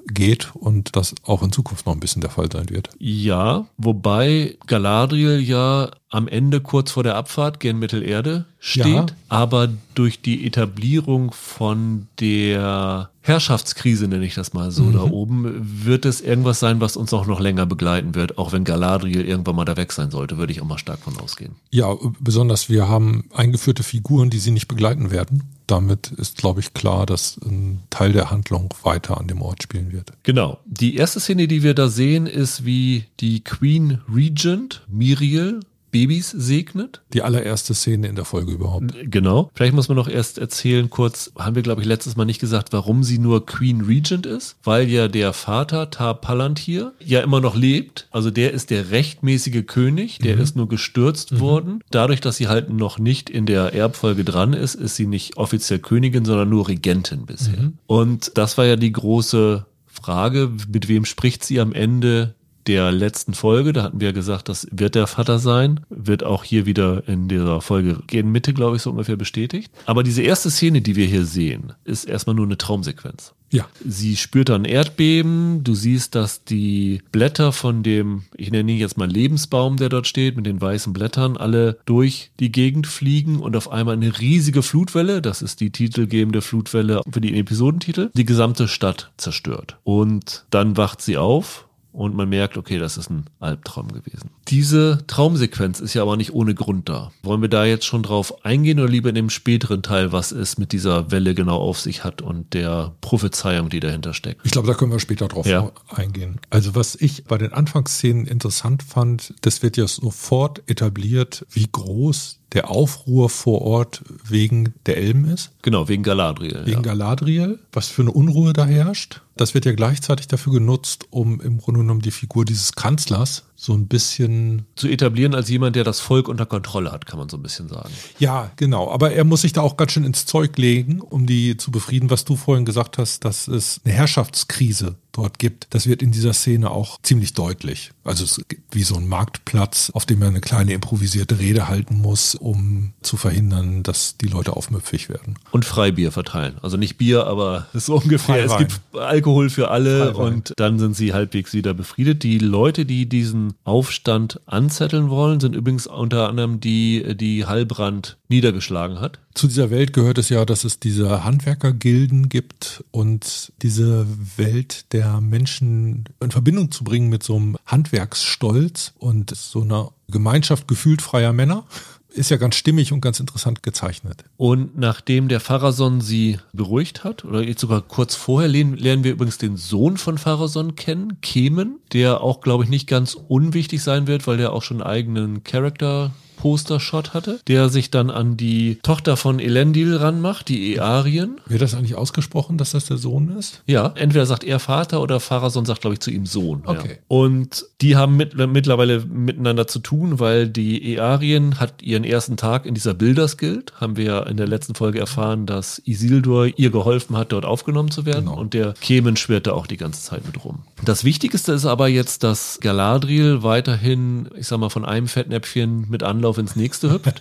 geht und das auch in Zukunft noch ein bisschen der Fall sein wird. Ja, wobei Galadriel ja am Ende kurz vor der Abfahrt gen Mittelerde steht, Ja. aber durch die Etablierung von der Herrschaftskrise, nenne ich das mal so, Mhm. da oben, wird es irgendwas sein, was uns auch noch länger begleiten wird, auch wenn Galadriel irgendwann mal da weg sein sollte, würde ich auch mal stark von ausgehen. Ja, besonders wir haben eingeführte Figuren, die sie nicht begleiten werden. Damit ist, glaube ich, klar, dass ein Teil der Handlung weiter an dem Ort spielen wird. Genau. Die erste Szene, die wir da sehen, ist, wie die Queen Regent, Miriel, Babys segnet. Die allererste Szene in der Folge überhaupt. Genau. Vielleicht muss man noch erst erzählen, kurz, haben wir, glaube ich, letztes Mal nicht gesagt, warum sie nur Queen Regent ist, weil ja der Vater, Tar Palantir, ja immer noch lebt. Also der ist der rechtmäßige König, der Mhm. ist nur gestürzt Mhm. worden. Dadurch, dass sie halt noch nicht in der Erbfolge dran ist, ist sie nicht offiziell Königin, sondern nur Regentin bisher. Mhm. Und das war ja die große Frage, mit wem spricht sie am Ende der letzten Folge. Da hatten wir gesagt, das wird der Vater sein. Wird auch hier wieder in dieser Folge gegen Mitte, glaube ich, so ungefähr bestätigt. Aber diese erste Szene, die wir hier sehen, ist erstmal nur eine Traumsequenz. Ja. Sie spürt ein Erdbeben. Du siehst, dass die Blätter von dem, ich nenne ihn jetzt mal Lebensbaum, der dort steht, mit den weißen Blättern, alle durch die Gegend fliegen und auf einmal eine riesige Flutwelle, das ist die titelgebende Flutwelle für den Episodentitel, die gesamte Stadt zerstört. Und dann wacht sie auf. Und man merkt, okay, das ist ein Albtraum gewesen. Diese Traumsequenz ist ja aber nicht ohne Grund da. Wollen wir da jetzt schon drauf eingehen oder lieber in dem späteren Teil, was es mit dieser Welle genau auf sich hat und der Prophezeiung, die dahinter steckt? Ich glaube, da können wir später drauf Ja. eingehen. Also was ich bei den Anfangsszenen interessant fand, das wird ja sofort etabliert, wie groß der Aufruhr vor Ort wegen der Elben ist. Genau, wegen Galadriel. Wegen ja. Galadriel, was für eine Unruhe da herrscht. Das wird ja gleichzeitig dafür genutzt, um im Grunde genommen die Figur dieses Kanzlers so ein bisschen... Zu etablieren als jemand, der das Volk unter Kontrolle hat, kann man so ein bisschen sagen. Ja, genau. Aber er muss sich da auch ganz schön ins Zeug legen, um die zu befrieden, was du vorhin gesagt hast, dass es eine Herrschaftskrise dort gibt. Das wird in dieser Szene auch ziemlich deutlich. Also es gibt wie so ein Marktplatz, auf dem er eine kleine improvisierte Rede halten muss, um zu verhindern, dass die Leute aufmüpfig werden. Und Freibier verteilen. Also nicht Bier, aber so ungefähr. Es Freiwein. gibt Alkohol für alle Freiwein. und dann sind sie halbwegs wieder befriedet. Die Leute, die diesen Aufstand anzetteln wollen, sind übrigens unter anderem die, die Hallbrand niedergeschlagen hat. Zu dieser Welt gehört es ja, dass es diese Handwerkergilden gibt und diese Welt der Menschen in Verbindung zu bringen mit so einem Handwerksstolz und so einer Gemeinschaft gefühlt freier Männer. Ist ja ganz stimmig und ganz interessant gezeichnet. Und nachdem der Pharason sie beruhigt hat, oder jetzt sogar kurz vorher, lernen, lernen wir übrigens den Sohn von Pharason kennen, Kemen, der auch, glaube ich, nicht ganz unwichtig sein wird, weil der auch schon einen eigenen Charakter Poster-Shot hatte, der sich dann an die Tochter von Elendil ranmacht, die Earien. Wird das eigentlich ausgesprochen, dass das der Sohn ist? Ja, entweder sagt er Vater oder Pharason sagt, glaube ich, zu ihm Sohn. Okay. Ja. Und die haben mit, mittlerweile miteinander zu tun, weil die Earien hat ihren ersten Tag in dieser Builders Guild. Haben wir ja in der letzten Folge erfahren, dass Isildur ihr geholfen hat, dort aufgenommen zu werden. Genau. Und der Kemen schwirrt da auch die ganze Zeit mit rum. Das Wichtigste ist aber jetzt, dass Galadriel weiterhin, ich sag mal, von einem Fettnäpfchen mit Anlauf ins nächste hüpft.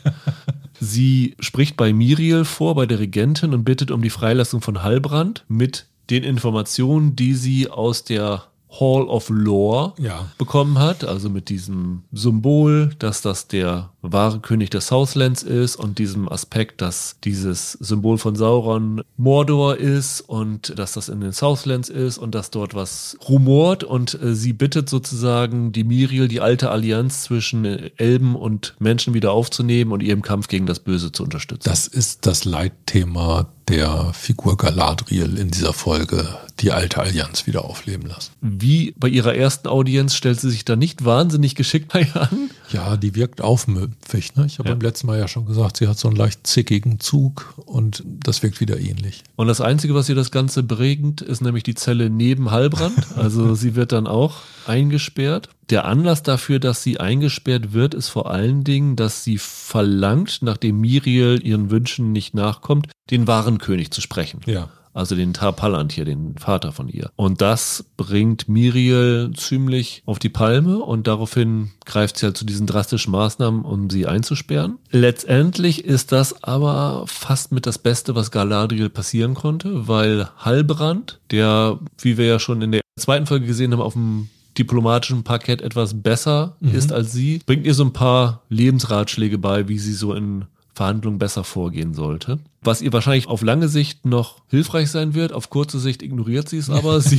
Sie spricht bei Miriel vor, bei der Regentin, und bittet um die Freilassung von Hallbrand mit den Informationen, die sie aus der Hall of Lore Ja. bekommen hat, also mit diesem Symbol, dass das der wahre König der Southlands ist und diesem Aspekt, dass dieses Symbol von Sauron Mordor ist und dass das in den Southlands ist und dass dort was rumort, und äh, sie bittet sozusagen die Miriel, die alte Allianz zwischen äh, Elben und Menschen wieder aufzunehmen und ihrem Kampf gegen das Böse zu unterstützen. Das ist das Leitthema der Figur Galadriel in dieser Folge, die alte Allianz wieder aufleben lassen. Wie bei ihrer ersten Audienz stellt sie sich da nicht wahnsinnig geschickt bei ihr an. Ja, die wirkt aufmüpfig. Ne? Ich habe Ja. beim letzten Mal ja schon gesagt, sie hat so einen leicht zickigen Zug und das wirkt wieder ähnlich. Und das Einzige, was ihr das Ganze prägt, ist nämlich die Zelle neben Hallbrand. Also sie wird dann auch eingesperrt. Der Anlass dafür, dass sie eingesperrt wird, ist vor allen Dingen, dass sie verlangt, nachdem Miriel ihren Wünschen nicht nachkommt, den wahren König zu sprechen. Ja. also den Tar Palantir, den Vater von ihr. Und das bringt Miriel ziemlich auf die Palme und daraufhin greift sie halt zu diesen drastischen Maßnahmen, um sie einzusperren. Letztendlich ist das aber fast mit das Beste, was Galadriel passieren konnte, weil Halbrand, der, wie wir ja schon in der zweiten Folge gesehen haben, auf dem diplomatischen Parkett etwas besser mhm. ist als sie, bringt ihr so ein paar Lebensratschläge bei, wie sie so in Verhandlungen besser vorgehen sollte. Was ihr wahrscheinlich auf lange Sicht noch hilfreich sein wird, auf kurze Sicht ignoriert sie es aber. sie,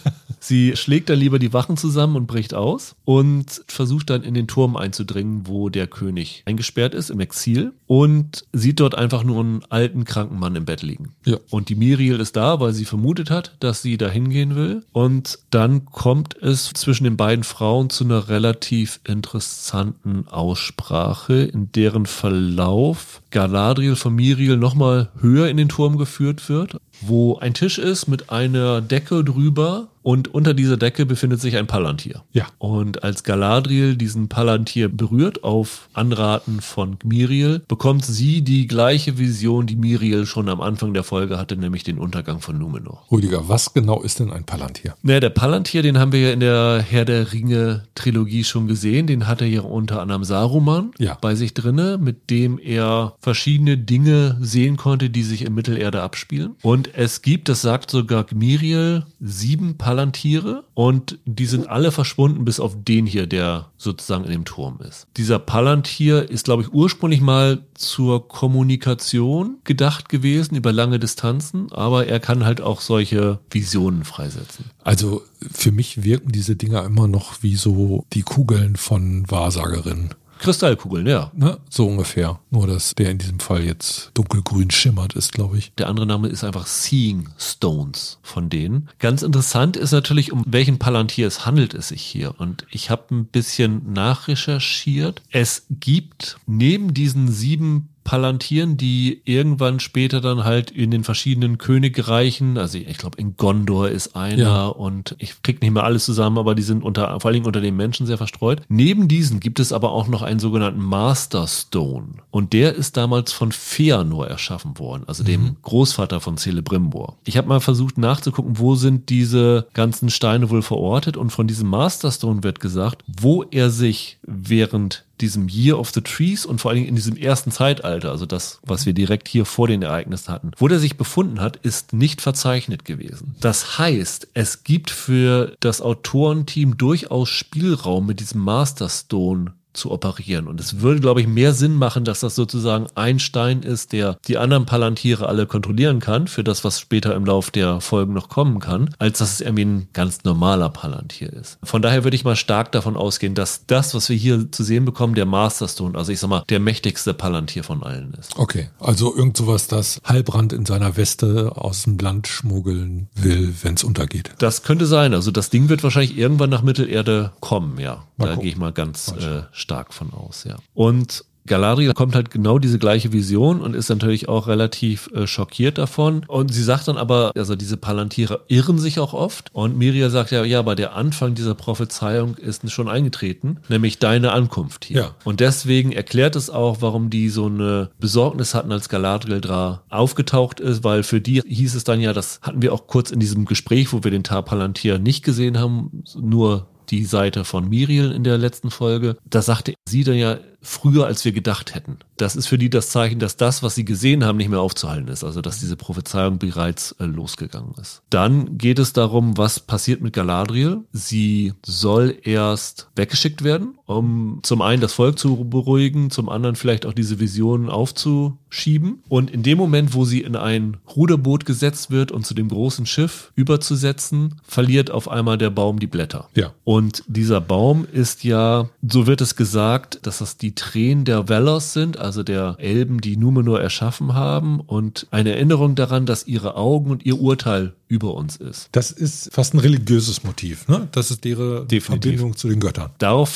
sie schlägt dann lieber die Wachen zusammen und bricht aus und versucht dann in den Turm einzudringen, wo der König eingesperrt ist, im Exil, und sieht dort einfach nur einen alten, kranken Mann im Bett liegen. Ja. Und die Miriel ist da, weil sie vermutet hat, dass sie da hingehen will. Und dann kommt es zwischen den beiden Frauen zu einer relativ interessanten Aussprache, in deren Verlauf Galadriel von Miriel nochmal höher in den Turm geführt wird, wo ein Tisch ist mit einer Decke drüber und unter dieser Decke befindet sich ein Palantir. Ja. Und als Galadriel diesen Palantir berührt auf Anraten von Miriel, bekommt sie die gleiche Vision, die Miriel schon am Anfang der Folge hatte, nämlich den Untergang von Numenor. Rüdiger, was genau ist denn ein Palantir? Naja, der Palantir, den haben wir ja in der Herr der Ringe-Trilogie schon gesehen. Den hatte ja unter anderem Saruman ja. bei sich drinne, mit dem er verschiedene Dinge sehen konnte, die sich in Mittelerde abspielen. Und es gibt, das sagt sogar Miriel, sieben Palantiere und die sind alle verschwunden, bis auf den hier, der sozusagen in dem Turm ist. Dieser Palantir ist, glaube ich, ursprünglich mal zur Kommunikation gedacht gewesen über lange Distanzen, aber er kann halt auch solche Visionen freisetzen. Also für mich wirken diese Dinger immer noch wie so die Kugeln von Wahrsagerinnen. Kristallkugeln, ja. Ne? So ungefähr. Nur, dass der in diesem Fall jetzt dunkelgrün schimmert ist, glaube ich. Der andere Name ist einfach Seeing Stones von denen. Ganz interessant ist natürlich, um welchen Palantir es handelt es sich hier. Und ich habe ein bisschen nachrecherchiert. Es gibt neben diesen sieben Palantiren, die irgendwann später dann halt in den verschiedenen Königreichen, also ich glaube in Gondor ist einer ja. und ich krieg nicht mehr alles zusammen, aber die sind unter, vor allen Dingen unter den Menschen sehr verstreut. Neben diesen gibt es aber auch noch einen sogenannten Master Stone und der ist damals von Feanor erschaffen worden, also mhm. dem Großvater von Celebrimbor. Ich habe mal versucht nachzugucken, wo sind diese ganzen Steine wohl verortet und von diesem Master Stone wird gesagt, wo er sich während diesem Year of the Trees und vor allen Dingen in diesem ersten Zeitalter, also das, was wir direkt hier vor den Ereignissen hatten, wo der sich befunden hat, ist nicht verzeichnet gewesen. Das heißt, es gibt für das Autorenteam durchaus Spielraum mit diesem Master Stone zu operieren. Und es würde, glaube ich, mehr Sinn machen, dass das sozusagen ein Stein ist, der die anderen Palantiere alle kontrollieren kann, für das, was später im Lauf der Folgen noch kommen kann, als dass es irgendwie ein ganz normaler Palantir ist. Von daher würde ich mal stark davon ausgehen, dass das, was wir hier zu sehen bekommen, der Master Stone, also ich sag mal, der mächtigste Palantir von allen ist. Okay, also irgend sowas, das Halbrand in seiner Weste aus dem Land schmuggeln will, wenn es untergeht. Das könnte sein. Also das Ding wird wahrscheinlich irgendwann nach Mittelerde kommen, ja. Mal da gehe ich mal ganz äh, stark von aus, ja. Und Galadriel kommt halt genau diese gleiche Vision und ist natürlich auch relativ äh, schockiert davon. Und sie sagt dann aber, also diese Palantiere irren sich auch oft. Und Miriel sagt ja, ja, aber der Anfang dieser Prophezeiung ist schon eingetreten, nämlich deine Ankunft hier. Ja. Und deswegen erklärt es auch, warum die so eine Besorgnis hatten, als Galadriel da aufgetaucht ist, weil für die hieß es dann ja, das hatten wir auch kurz in diesem Gespräch, wo wir den Tar Palantir nicht gesehen haben, nur die Seite von Miriel in der letzten Folge. Da sagte sie dann ja, früher als wir gedacht hätten. Das ist für die das Zeichen, dass das, was sie gesehen haben, nicht mehr aufzuhalten ist. Also dass diese Prophezeiung bereits äh, losgegangen ist. Dann geht es darum, was passiert mit Galadriel. Sie soll erst weggeschickt werden, um zum einen das Volk zu beruhigen, zum anderen vielleicht auch diese Visionen aufzuschieben. Und in dem Moment, wo sie in ein Ruderboot gesetzt wird und zu dem großen Schiff überzusetzen, verliert auf einmal der Baum die Blätter. Ja. Und dieser Baum ist ja, so wird es gesagt, dass das die Tränen der Valar sind, also der Elben, die Numenor erschaffen haben und eine Erinnerung daran, dass ihre Augen und ihr Urteil über uns ist. Das ist fast ein religiöses Motiv, ne? Das ist ihre Definitiv. Verbindung zu den Göttern. Daraufhin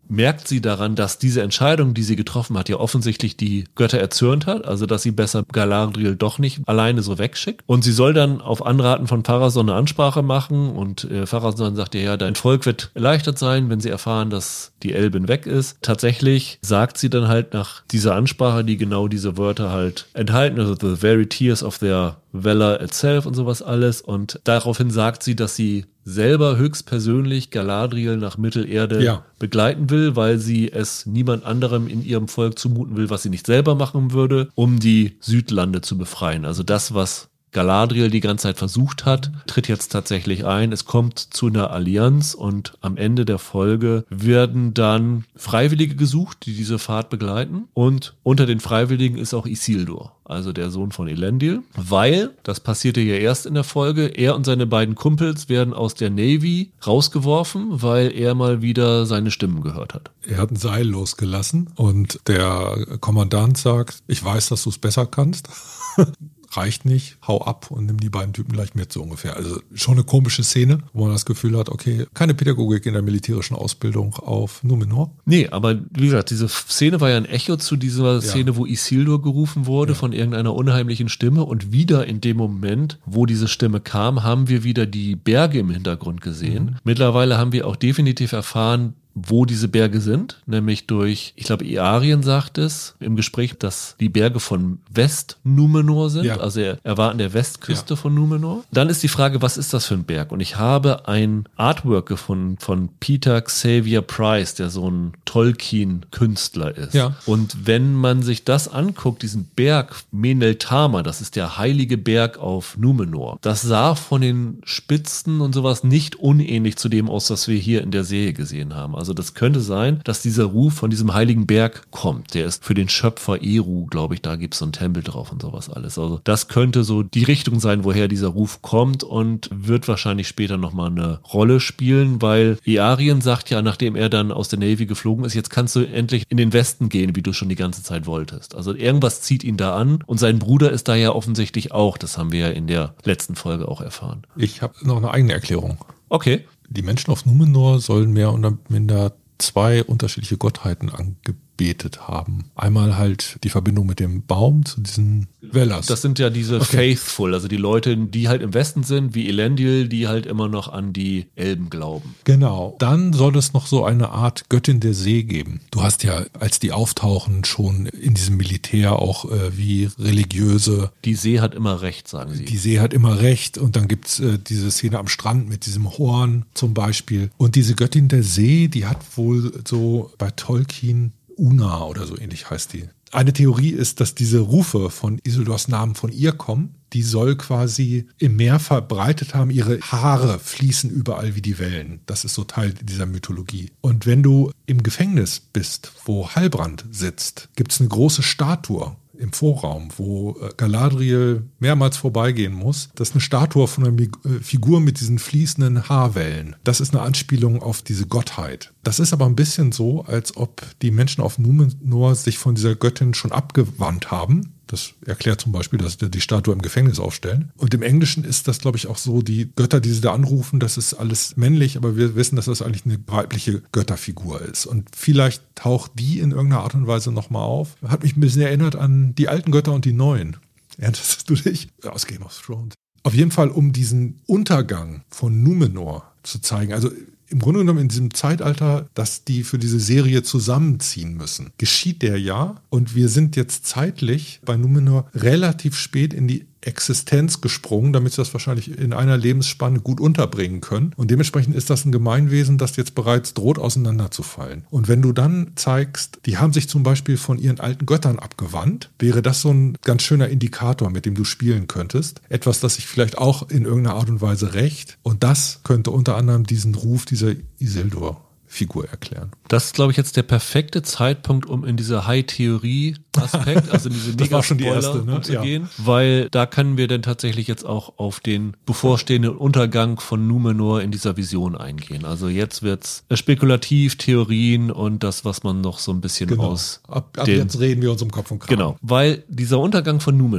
merkt sie daran, dass diese Entscheidung, die sie getroffen hat, ja offensichtlich die Götter erzürnt hat, also dass sie besser Galadriel doch nicht alleine so wegschickt. Und sie soll dann auf Anraten von Pharazôn eine Ansprache machen und äh, Pharazôn sagt ihr, ja, dein Volk wird erleichtert sein, wenn sie erfahren, dass die Elbin weg ist. Tatsächlich sagt sie dann halt nach dieser Ansprache, die genau diese Wörter halt enthalten, also the very tears of their valor itself und sowas alles. Und daraufhin sagt sie, dass sie selber höchstpersönlich Galadriel nach Mittelerde ja. begleiten will, weil sie es niemand anderem in ihrem Volk zumuten will, was sie nicht selber machen würde, um die Südlande zu befreien. Also das, was Galadriel die ganze Zeit versucht hat, tritt jetzt tatsächlich ein. Es kommt zu einer Allianz und am Ende der Folge werden dann Freiwillige gesucht, die diese Fahrt begleiten. Und unter den Freiwilligen ist auch Isildur, also der Sohn von Elendil, weil, das passierte ja erst in der Folge, er und seine beiden Kumpels werden aus der Navy rausgeworfen, weil er mal wieder seine Stimmen gehört hat. Er hat ein Seil losgelassen und der Kommandant sagt, ich weiß, dass du es besser kannst. Reicht nicht, hau ab und nimm die beiden Typen gleich mit, so ungefähr. Also schon eine komische Szene, wo man das Gefühl hat, okay, keine Pädagogik in der militärischen Ausbildung auf Numenor. Nee, aber wie gesagt, diese Szene war ja ein Echo zu dieser Szene, ja. wo Isildur gerufen wurde ja. von irgendeiner unheimlichen Stimme und wieder in dem Moment, wo diese Stimme kam, haben wir wieder die Berge im Hintergrund gesehen. Mhm. Mittlerweile haben wir auch definitiv erfahren, wo diese Berge sind, nämlich durch, ich glaube, Iarien sagt es im Gespräch, dass die Berge von West-Numenor sind. Ja. Also er, er war an der Westküste ja. von Numenor. Dann ist die Frage, was ist das für ein Berg? Und ich habe ein Artwork gefunden von Peter Xavier Price, der so ein Tolkien-Künstler ist. Ja. Und wenn man sich das anguckt, diesen Berg Meneltama, das ist der heilige Berg auf Numenor, das sah von den Spitzen und sowas nicht unähnlich zu dem aus, was wir hier in der Serie gesehen haben. Also das könnte sein, dass dieser Ruf von diesem heiligen Berg kommt. Der ist für den Schöpfer Eru, glaube ich, da gibt es so einen Tempel drauf und sowas alles. Also das könnte so die Richtung sein, woher dieser Ruf kommt und wird wahrscheinlich später nochmal eine Rolle spielen, weil Iarien sagt ja, nachdem er dann aus der Navy geflogen ist, jetzt kannst du endlich in den Westen gehen, wie du schon die ganze Zeit wolltest. Also irgendwas zieht ihn da an und sein Bruder ist da ja offensichtlich auch. Das haben wir ja in der letzten Folge auch erfahren. Ich habe noch eine eigene Erklärung. Okay. Die Menschen auf Numenor sollen mehr oder minder zwei unterschiedliche Gottheiten angebetet haben. Einmal halt die Verbindung mit dem Baum zu diesen Velas. Das sind ja diese okay. Faithful, also die Leute, die halt im Westen sind, wie Elendil, die halt immer noch an die Elben glauben. Genau. Dann soll es noch so eine Art Göttin der See geben. Du hast ja, als die auftauchen, schon in diesem Militär auch äh, wie religiöse... Die See hat immer recht, sagen sie. Die See hat immer recht und dann gibt's äh, diese Szene am Strand mit diesem Horn zum Beispiel. Und diese Göttin der See, die hat wohl so bei Tolkien Una oder so ähnlich heißt die. Eine Theorie ist, dass diese Rufe von Isildurs Namen von ihr kommen. Die soll quasi im Meer verbreitet haben. Ihre Haare fließen überall wie die Wellen. Das ist so Teil dieser Mythologie. Und wenn du im Gefängnis bist, wo Halbrand sitzt, gibt es eine große Statue im Vorraum, wo Galadriel mehrmals vorbeigehen muss. Das ist eine Statue von einer Figur mit diesen fließenden Haarwellen. Das ist eine Anspielung auf diese Gottheit. Das ist aber ein bisschen so, als ob die Menschen auf Numenor sich von dieser Göttin schon abgewandt haben. Das erklärt zum Beispiel, dass sie die Statue im Gefängnis aufstellen. Und im Englischen ist das, glaube ich, auch so, die Götter, die sie da anrufen, das ist alles männlich, aber wir wissen, dass das eigentlich eine weibliche Götterfigur ist. Und vielleicht taucht die in irgendeiner Art und Weise nochmal auf. Hat mich ein bisschen erinnert an die alten Götter und die neuen. Erinnerst du dich? Aus Game of Thrones. Auf jeden Fall, um diesen Untergang von Numenor zu zeigen. Also im Grunde genommen in diesem Zeitalter, dass die für diese Serie zusammenziehen müssen, geschieht der ja. Und wir sind jetzt zeitlich bei Numenor relativ spät in die Existenz gesprungen, damit sie das wahrscheinlich in einer Lebensspanne gut unterbringen können. Und dementsprechend ist das ein Gemeinwesen, das jetzt bereits droht, auseinanderzufallen. Und wenn du dann zeigst, die haben sich zum Beispiel von ihren alten Göttern abgewandt, wäre das so ein ganz schöner Indikator, mit dem du spielen könntest. Etwas, das sich vielleicht auch in irgendeiner Art und Weise rächt. Und das könnte unter anderem diesen Ruf dieser Isildur-Figur erklären. Das ist, glaube ich, jetzt der perfekte Zeitpunkt, um in diese High-Theorie-Aspekt, also in diese Mega-Spoiler ne? umzugehen, ja. weil da können wir dann tatsächlich jetzt auch auf den bevorstehenden Untergang von Numenor in dieser Vision eingehen. Also jetzt wird's spekulativ, Theorien und das, was man noch so ein bisschen genau. aus Ab, ab den, jetzt reden wir uns um Kopf und Kragen. Genau, weil dieser Untergang von Numenor,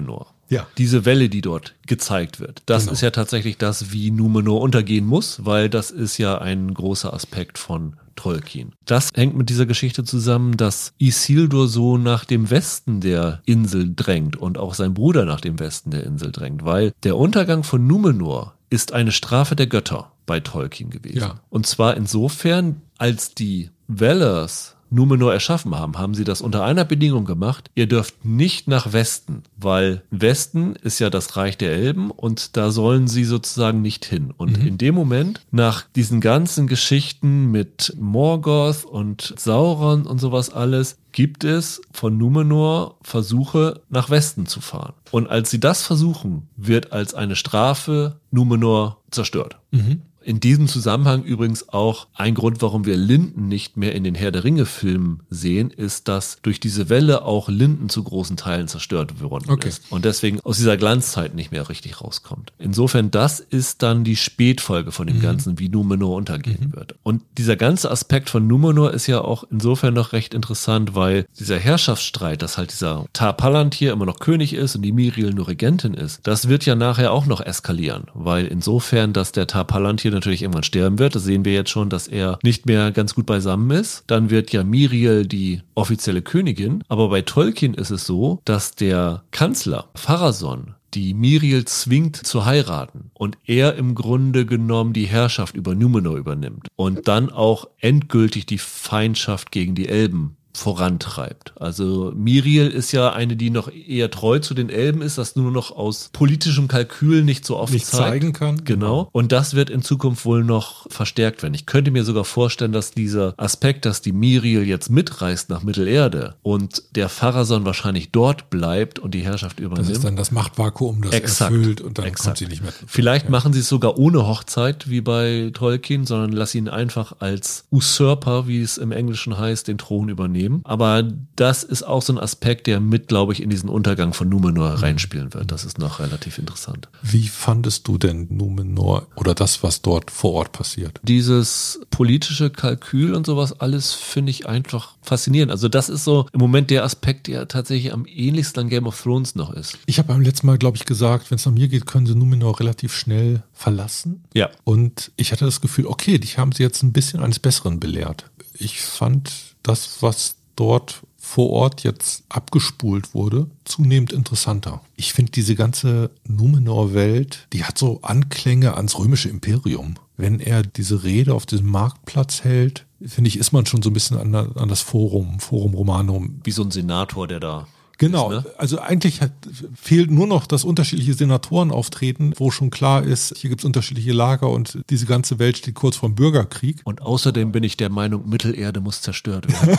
Ja. Diese Welle, die dort gezeigt wird. Das Genau. ist ja tatsächlich das, wie Numenor untergehen muss, weil das ist ja ein großer Aspekt von Tolkien. Das hängt mit dieser Geschichte zusammen, dass Isildur so nach dem Westen der Insel drängt und auch sein Bruder nach dem Westen der Insel drängt, weil der Untergang von Numenor ist eine Strafe der Götter bei Tolkien gewesen. Ja. Und zwar insofern, als die Valers Numenor erschaffen haben, haben sie das unter einer Bedingung gemacht: Ihr dürft nicht nach Westen, weil Westen ist ja das Reich der Elben und da sollen sie sozusagen nicht hin. Und Mhm. in dem Moment, nach diesen ganzen Geschichten mit Morgoth und Sauron und sowas alles, gibt es von Numenor Versuche, nach Westen zu fahren. Und als sie das versuchen, wird als eine Strafe Numenor zerstört. Mhm. In diesem Zusammenhang übrigens auch ein Grund, warum wir Linden nicht mehr in den Herr der Ringe-Filmen sehen, ist, dass durch diese Welle auch Linden zu großen Teilen zerstört worden Okay. ist. Und deswegen aus dieser Glanzzeit nicht mehr richtig rauskommt. Insofern, das ist dann die Spätfolge von dem Mhm. Ganzen, wie Numenor untergehen wird. Und dieser ganze Aspekt von Numenor ist ja auch insofern noch recht interessant, weil dieser Herrschaftsstreit, dass halt dieser Tar Palantir immer noch König ist und die Miriel nur Regentin ist, das wird ja nachher auch noch eskalieren, weil insofern, dass der Tar Palantir natürlich irgendwann sterben wird, das sehen wir jetzt schon, dass er nicht mehr ganz gut beisammen ist, dann wird ja Miriel die offizielle Königin, aber bei Tolkien ist es so, dass der Kanzler Pharazôn die Miriel zwingt zu heiraten und er im Grunde genommen die Herrschaft über Numenor übernimmt und dann auch endgültig die Feindschaft gegen die Elben vorantreibt. Also Miriel ist ja eine, die noch eher treu zu den Elben ist, das nur noch aus politischem Kalkül nicht so oft Nicht zeigt. zeigen kann. Genau. Und das wird in Zukunft wohl noch verstärkt werden. Ich könnte mir sogar vorstellen, dass dieser Aspekt, dass die Miriel jetzt mitreist nach Mittelerde und der Pharazôn wahrscheinlich dort bleibt und die Herrschaft übernimmt. Das ist dann das Machtvakuum, das Exakt. erfüllt und dann Exakt. kommt sie nicht mehr. Vielleicht Ja. machen sie es sogar ohne Hochzeit, wie bei Tolkien, sondern lassen ihn einfach als Usurper, wie es im Englischen heißt, den Thron übernehmen. Aber das ist auch so ein Aspekt, der mit, glaube ich, in diesen Untergang von Numenor reinspielen wird. Das ist noch relativ interessant. Wie fandest du denn Numenor oder das, was dort vor Ort passiert? Dieses politische Kalkül und sowas alles finde ich einfach faszinierend. Also das ist so im Moment der Aspekt, der tatsächlich am ähnlichsten an Game of Thrones noch ist. Ich habe beim letzten Mal, glaube ich, gesagt, wenn es nach mir geht, können sie Numenor relativ schnell verlassen. Ja. Und ich hatte das Gefühl, okay, dich haben sie jetzt ein bisschen eines Besseren belehrt. Ich fand das, was dort vor Ort jetzt abgespult wurde, zunehmend interessanter. Ich finde diese ganze Numenor-Welt, die hat so Anklänge ans römische Imperium. Wenn er diese Rede auf diesem Marktplatz hält, finde ich, ist man schon so ein bisschen an, an das Forum, Forum Romanum. Wie so ein Senator, der da Genau, ist, ne? Also eigentlich hat, fehlt nur noch das unterschiedliche Senatoren auftreten, wo schon klar ist, hier gibt es unterschiedliche Lager und diese ganze Welt steht kurz vorm Bürgerkrieg. Und außerdem bin ich der Meinung, Mittelerde muss zerstört werden.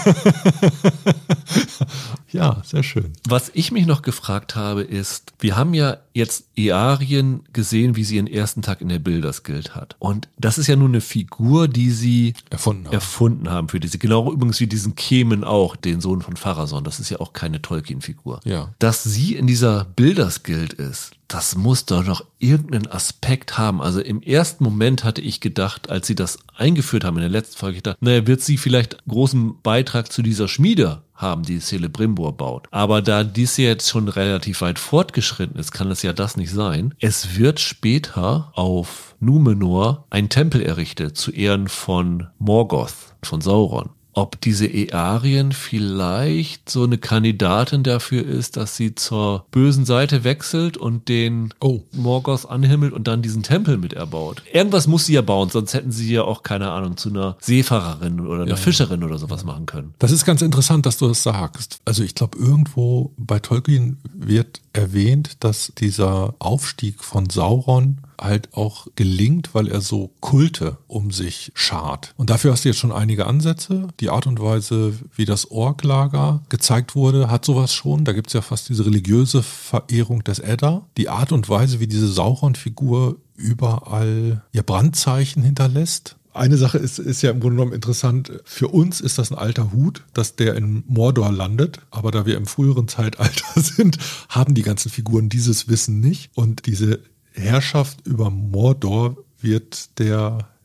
Ja, sehr schön. Was ich mich noch gefragt habe, ist, wir haben ja jetzt Earien gesehen, wie sie ihren ersten Tag in der Builders Guild hat. Und das ist ja nur eine Figur, die sie Erfunden haben. erfunden haben für diese. Genau übrigens wie diesen Kemen auch, den Sohn von Pharazôn. Das ist ja auch keine Tolkien-Figur. Ja. Dass sie in dieser Builders Guild ist, das muss doch noch irgendeinen Aspekt haben. Also im ersten Moment hatte ich gedacht, als sie das eingeführt haben in der letzten Folge, ich dachte, naja, wird sie vielleicht großen Beitrag zu dieser Schmiede haben, die Celebrimbor baut. Aber da dies jetzt schon relativ weit fortgeschritten ist, kann es ja das nicht sein. Es wird später auf Numenor ein Tempel errichtet zu Ehren von Morgoth, von Sauron. Ob diese Earien vielleicht so eine Kandidatin dafür ist, dass sie zur bösen Seite wechselt und den Oh. Morgoth anhimmelt und dann diesen Tempel mit erbaut. Irgendwas muss sie ja bauen, sonst hätten sie ja auch, keine Ahnung, zu einer Seefahrerin oder einer Ja, Fischerin oder sowas machen können. Das ist ganz interessant, dass du das sagst. Also ich glaube, irgendwo bei Tolkien wird erwähnt, dass dieser Aufstieg von Sauron halt auch gelingt, weil er so Kulte um sich schart. Und dafür hast du jetzt schon einige Ansätze. Die Art und Weise, wie das Orklager gezeigt wurde, hat sowas schon. Da gibt es ja fast diese religiöse Verehrung des Edda. Die Art und Weise, wie diese Sauron-Figur überall ihr Brandzeichen hinterlässt. Eine Sache ist, ist ja im Grunde genommen interessant. Für uns ist das ein alter Hut, dass der in Mordor landet. Aber da wir im früheren Zeitalter sind, haben die ganzen Figuren dieses Wissen nicht. Und diese Herrschaft über Mordor wird der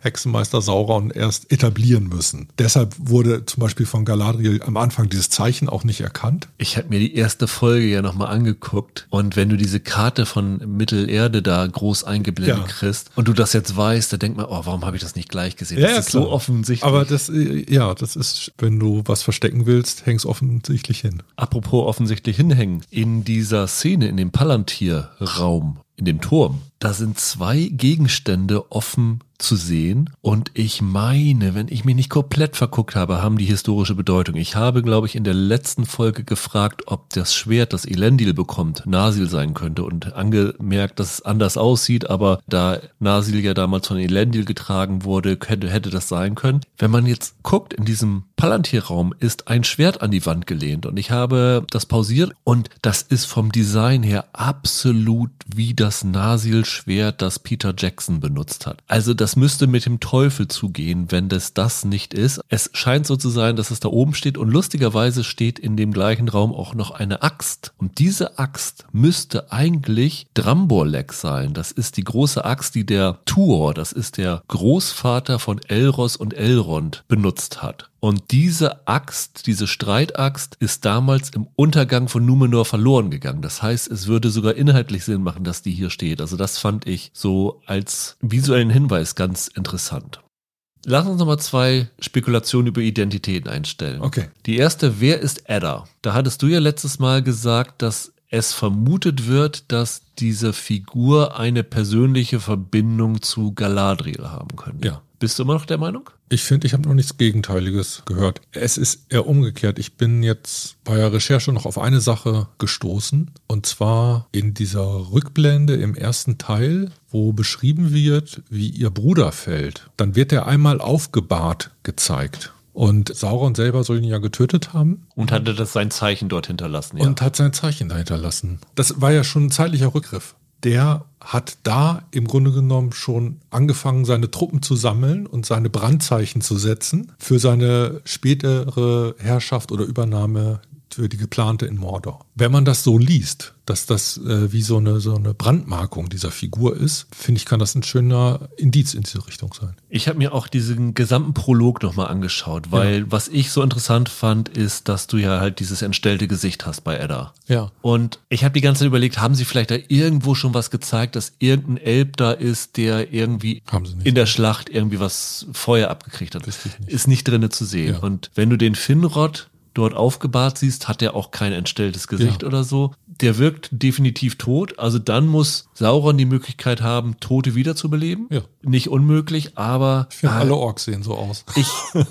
Hexenmeister Sauron erst etablieren müssen. Deshalb wurde zum Beispiel von Galadriel am Anfang dieses Zeichen auch nicht erkannt. Ich habe mir die erste Folge ja nochmal angeguckt und wenn du diese Karte von Mittelerde da groß eingeblendet Ja. kriegst und du das jetzt weißt, dann denk mal, oh, warum habe ich das nicht gleich gesehen? Ja, das ja, ist klar. so offensichtlich. Aber das, äh, ja, das ist, wenn du was verstecken willst, hängst offensichtlich hin. Apropos offensichtlich hinhängen, in dieser Szene, in dem Palantir-Raum, in dem Turm, da sind zwei Gegenstände offen zu sehen und ich meine, wenn ich mich nicht komplett verguckt habe, haben die historische Bedeutung. Ich habe, glaube ich, in der letzten Folge gefragt, ob das Schwert, das Elendil bekommt, Narsil sein könnte und angemerkt, dass es anders aussieht, aber da Narsil ja damals von Elendil getragen wurde, hätte, hätte das sein können. Wenn man jetzt guckt, in diesem Palantir-Raum ist ein Schwert an die Wand gelehnt und ich habe das pausiert und das ist vom Design her absolut wie das Narsil-Schwert, das Peter Jackson benutzt hat. Also das müsste mit dem Teufel zugehen, wenn das das nicht ist. Es scheint so zu sein, dass es da oben steht und lustigerweise steht in dem gleichen Raum auch noch eine Axt. Und diese Axt müsste eigentlich Dramborlek sein. Das ist die große Axt, die der Tuor, das ist der Großvater von Elros und Elrond, benutzt hat. Und diese Axt, diese Streitaxt, ist damals im Untergang von Númenor verloren gegangen. Das heißt, es würde sogar inhaltlich Sinn machen, dass die hier steht. Also das fand ich so als visuellen Hinweis ganz interessant. Lass uns nochmal zwei Spekulationen über Identitäten einstellen. Okay. Die erste, wer ist Edda? Da hattest du ja letztes Mal gesagt, dass es vermutet wird, dass diese Figur eine persönliche Verbindung zu Galadriel haben könnte. Ja. Bist du immer noch der Meinung? Ich finde, ich habe noch nichts Gegenteiliges gehört. Es ist eher umgekehrt. Ich bin jetzt bei der Recherche noch auf eine Sache gestoßen. Und zwar in dieser Rückblende im ersten Teil, wo beschrieben wird, wie ihr Bruder fällt. Dann wird er einmal aufgebahrt gezeigt. Und Sauron selber soll ihn ja getötet haben. Und hatte das sein Zeichen dort hinterlassen, ja. Und hat sein Zeichen da hinterlassen. Das war ja schon ein zeitlicher Rückgriff. Der hat da im Grunde genommen schon angefangen, seine Truppen zu sammeln und seine Brandzeichen zu setzen für seine spätere Herrschaft oder Übernahme für die geplante in Mordor. Wenn man das so liest, dass das äh, wie so eine, so eine Brandmarkung dieser Figur ist, finde ich, kann das ein schöner Indiz in diese Richtung sein. Ich habe mir auch diesen gesamten Prolog nochmal angeschaut, weil Ja. was ich so interessant fand, ist, dass du ja halt dieses entstellte Gesicht hast bei Edda. Ja. Und ich habe die ganze Zeit überlegt, haben sie vielleicht da irgendwo schon was gezeigt, dass irgendein Elb da ist, der irgendwie Haben sie nicht. in der Schlacht irgendwie was Feuer abgekriegt hat. Wüsste ich nicht. Ist nicht drinne zu sehen. Ja. Und wenn du den Finrod dort aufgebahrt siehst, hat er auch kein entstelltes Gesicht Ja. oder so. Der wirkt definitiv tot. Also dann muss Sauron die Möglichkeit haben, Tote wiederzubeleben. Ja. Nicht unmöglich, aber Ich finde, ah, alle Orks sehen so aus. ich,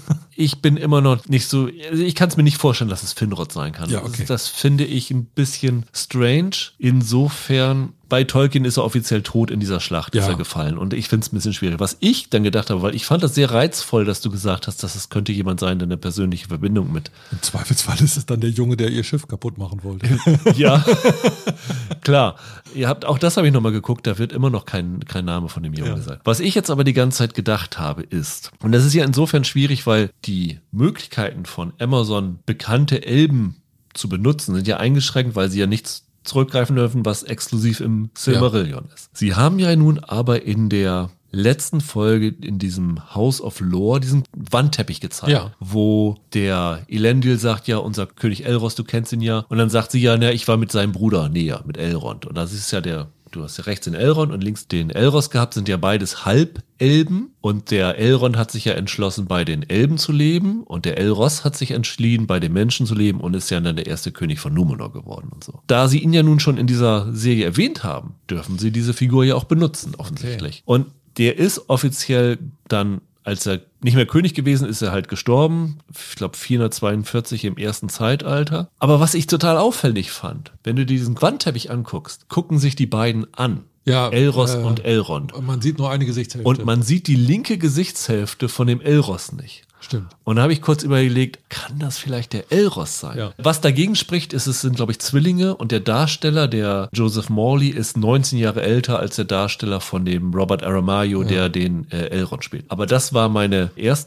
ich bin immer noch nicht so, also ich kann es mir nicht vorstellen, dass es Finrod sein kann. Ja, okay. das, das finde ich ein bisschen strange. Insofern, bei Tolkien ist er offiziell tot in dieser Schlacht, Ja. ist er gefallen. Und ich finde es ein bisschen schwierig. Was ich dann gedacht habe, weil ich fand das sehr reizvoll, dass du gesagt hast, dass es könnte jemand sein, der eine persönliche Verbindung mit. Im Zweifelsfall ist es dann der Junge, der ihr Schiff kaputt machen wollte. Ja, klar. Ihr habt, auch das habe ich nochmal geguckt, da wird immer noch kein, kein Name von dem Jungen Ja. gesagt. Was ich jetzt aber die ganze Zeit gedacht habe, ist, und das ist ja insofern schwierig, weil die Möglichkeiten von Amazon, bekannte Elben zu benutzen, sind ja eingeschränkt, weil sie ja nichts zurückgreifen dürfen, was exklusiv im Silmarillion ist. Sie haben ja nun aber in der letzten Folge in diesem House of Lore diesen Wandteppich gezeigt, Ja. wo der Elendil sagt, ja, unser König Elros, du kennst ihn ja. Und dann sagt sie ja, na, ich war mit seinem Bruder näher, mit Elrond. Und das ist ja der, du hast ja rechts den Elrond und links den Elros gehabt, sind ja beides Halbelben. Und der Elrond hat sich ja entschlossen, bei den Elben zu leben. Und der Elros hat sich entschieden, bei den Menschen zu leben und ist ja dann der erste König von Númenor geworden und so. Da sie ihn ja nun schon in dieser Serie erwähnt haben, dürfen sie diese Figur ja auch benutzen, offensichtlich. Und der ist offiziell dann, als er nicht mehr König gewesen ist, er halt gestorben. Ich glaube vierhundertzweiundvierzig im ersten Zeitalter. Aber was ich total auffällig fand, wenn du dir diesen Wandteppich anguckst, gucken sich die beiden an. Ja, Elros äh, und Elrond. Man sieht nur eine Gesichtshälfte. Und man sieht die linke Gesichtshälfte von dem Elros nicht. Stimmt. Und da habe ich kurz überlegt, kann das vielleicht der Elros sein? Ja. Was dagegen spricht, ist, es sind, glaube ich, Zwillinge und der Darsteller, der Joseph Morley, ist neunzehn Jahre älter als der Darsteller von dem Robert Aramayo, der den äh, Elrond spielt. Aber das war meine erste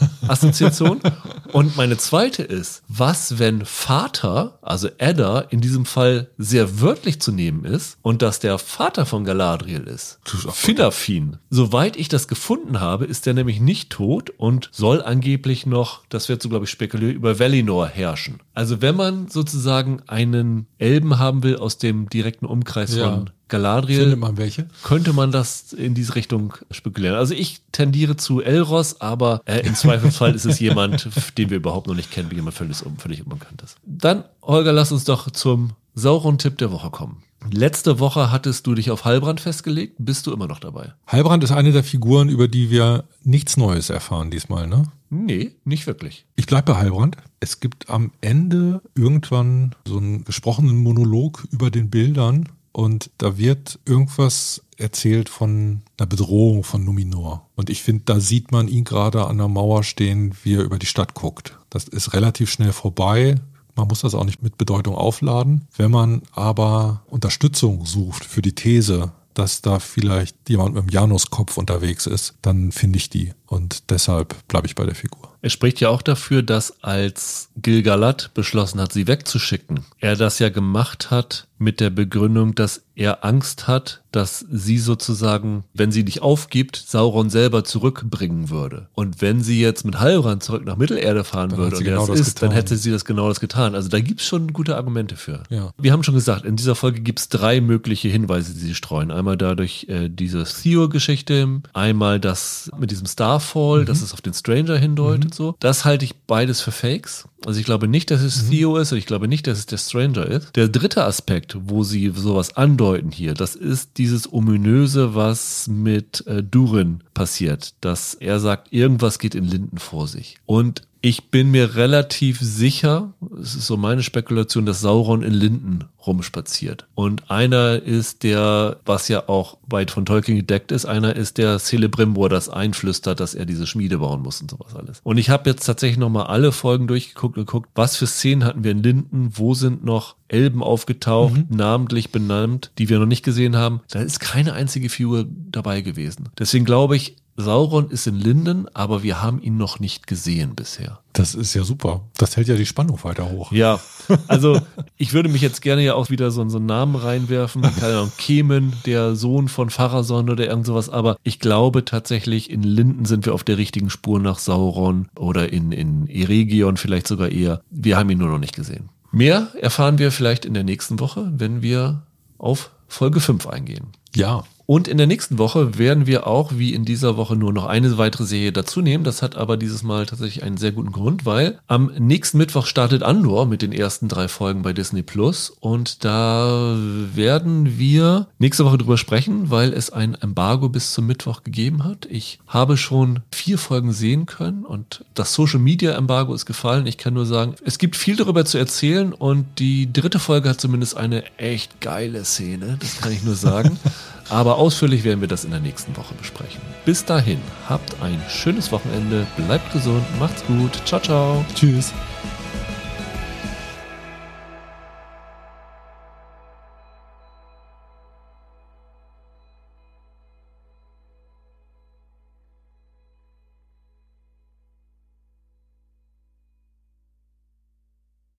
Assoziation. Und meine zweite ist, was, wenn Vater, also Edda, in diesem Fall sehr wörtlich zu nehmen ist und dass der Vater von Galadriel ist? Finarfin. Soweit ich das gefunden habe, ist der nämlich nicht tot und soll angeblich noch, das wird so, glaube ich, spekuliert, über Valinor herrschen. Also wenn man sozusagen einen Elben haben will aus dem direkten Umkreis Ja. von Galadriel, Findet man welche? könnte man das in diese Richtung spekulieren. Also ich tendiere zu Elros, aber äh, im Zweifelsfall ist es jemand, den wir überhaupt noch nicht kennen, wie jemand völlig, völlig unbekannt ist. Dann, Holger, lass uns doch zum Sauron-Tipp der Woche kommen. Letzte Woche hattest du dich auf Halbrand festgelegt. Bist du immer noch dabei? Halbrand ist eine der Figuren, über die wir nichts Neues erfahren diesmal, ne? Nee, nicht wirklich. Ich bleibe bei Halbrand. Es gibt am Ende irgendwann so einen gesprochenen Monolog über den Bildern und da wird irgendwas erzählt von einer Bedrohung von Numenor. Und ich finde, da sieht man ihn gerade an der Mauer stehen, wie er über die Stadt guckt. Das ist relativ schnell vorbei. Man muss das auch nicht mit Bedeutung aufladen. Wenn man aber Unterstützung sucht für die These, dass da vielleicht jemand mit dem Januskopf unterwegs ist, dann finde ich die. Und deshalb bleibe ich bei der Figur. Es spricht ja auch dafür, dass als Gil-galad beschlossen hat, sie wegzuschicken, er das ja gemacht hat mit der Begründung, dass er Angst hat, dass sie sozusagen, wenn sie nicht aufgibt, Sauron selber zurückbringen würde. Und wenn sie jetzt mit Halbrand zurück nach Mittelerde fahren Dann würde hat sie und er genau das das ist, dann getan. hätte sie das genau das getan. Also da gibt's schon gute Argumente für. Ja. Wir haben schon gesagt, in dieser Folge gibt's drei mögliche Hinweise, die sie streuen. Einmal dadurch äh, diese Theo-Geschichte, einmal das mit diesem Starfall, dass es auf den Stranger hindeutet. So. Das halte ich beides für Fakes. Also ich glaube nicht, dass es Theo ist und ich glaube nicht, dass es der Stranger ist. Der dritte Aspekt, wo sie sowas andeuten hier, das ist dieses Ominöse, was mit äh, Durin passiert. Dass er sagt, irgendwas geht in Linden vor sich. Und ich bin mir relativ sicher, es ist so meine Spekulation, dass Sauron in Linden rumspaziert. Und einer ist der, was ja auch weit von Tolkien gedeckt ist, einer ist der Celebrimbor, das einflüstert, dass er diese Schmiede bauen muss und sowas alles. Und ich habe jetzt tatsächlich nochmal alle Folgen durchgeguckt und geguckt, was für Szenen hatten wir in Linden, wo sind noch Elben aufgetaucht, mhm. namentlich benannt, die wir noch nicht gesehen haben. Da ist keine einzige Figur dabei gewesen. Deswegen glaube ich, Sauron ist in Linden, aber wir haben ihn noch nicht gesehen bisher. Das ist ja super. Das hält ja die Spannung weiter hoch. Ja, also ich würde mich jetzt gerne ja auch wieder so, so einen Namen reinwerfen. Keine Ahnung, Kemen, der Sohn von Pharason oder irgend sowas. Aber ich glaube tatsächlich, in Linden sind wir auf der richtigen Spur nach Sauron oder in, in Eregion vielleicht sogar eher. Wir haben ihn nur noch nicht gesehen. Mehr erfahren wir vielleicht in der nächsten Woche, wenn wir auf Folge fünf eingehen. Ja. Und in der nächsten Woche werden wir auch, wie in dieser Woche, nur noch eine weitere Serie dazu nehmen. Das hat aber dieses Mal tatsächlich einen sehr guten Grund, weil am nächsten Mittwoch startet Andor mit den ersten drei Folgen bei Disney Plus. Und da werden wir nächste Woche drüber sprechen, weil es ein Embargo bis zum Mittwoch gegeben hat. Ich habe schon vier Folgen sehen können und das Social Media Embargo ist gefallen. Ich kann nur sagen, es gibt viel darüber zu erzählen und die dritte Folge hat zumindest eine echt geile Szene. Das kann ich nur sagen. Aber ausführlich werden wir das in der nächsten Woche besprechen. Bis dahin, habt ein schönes Wochenende, bleibt gesund, macht's gut, ciao, ciao. Tschüss.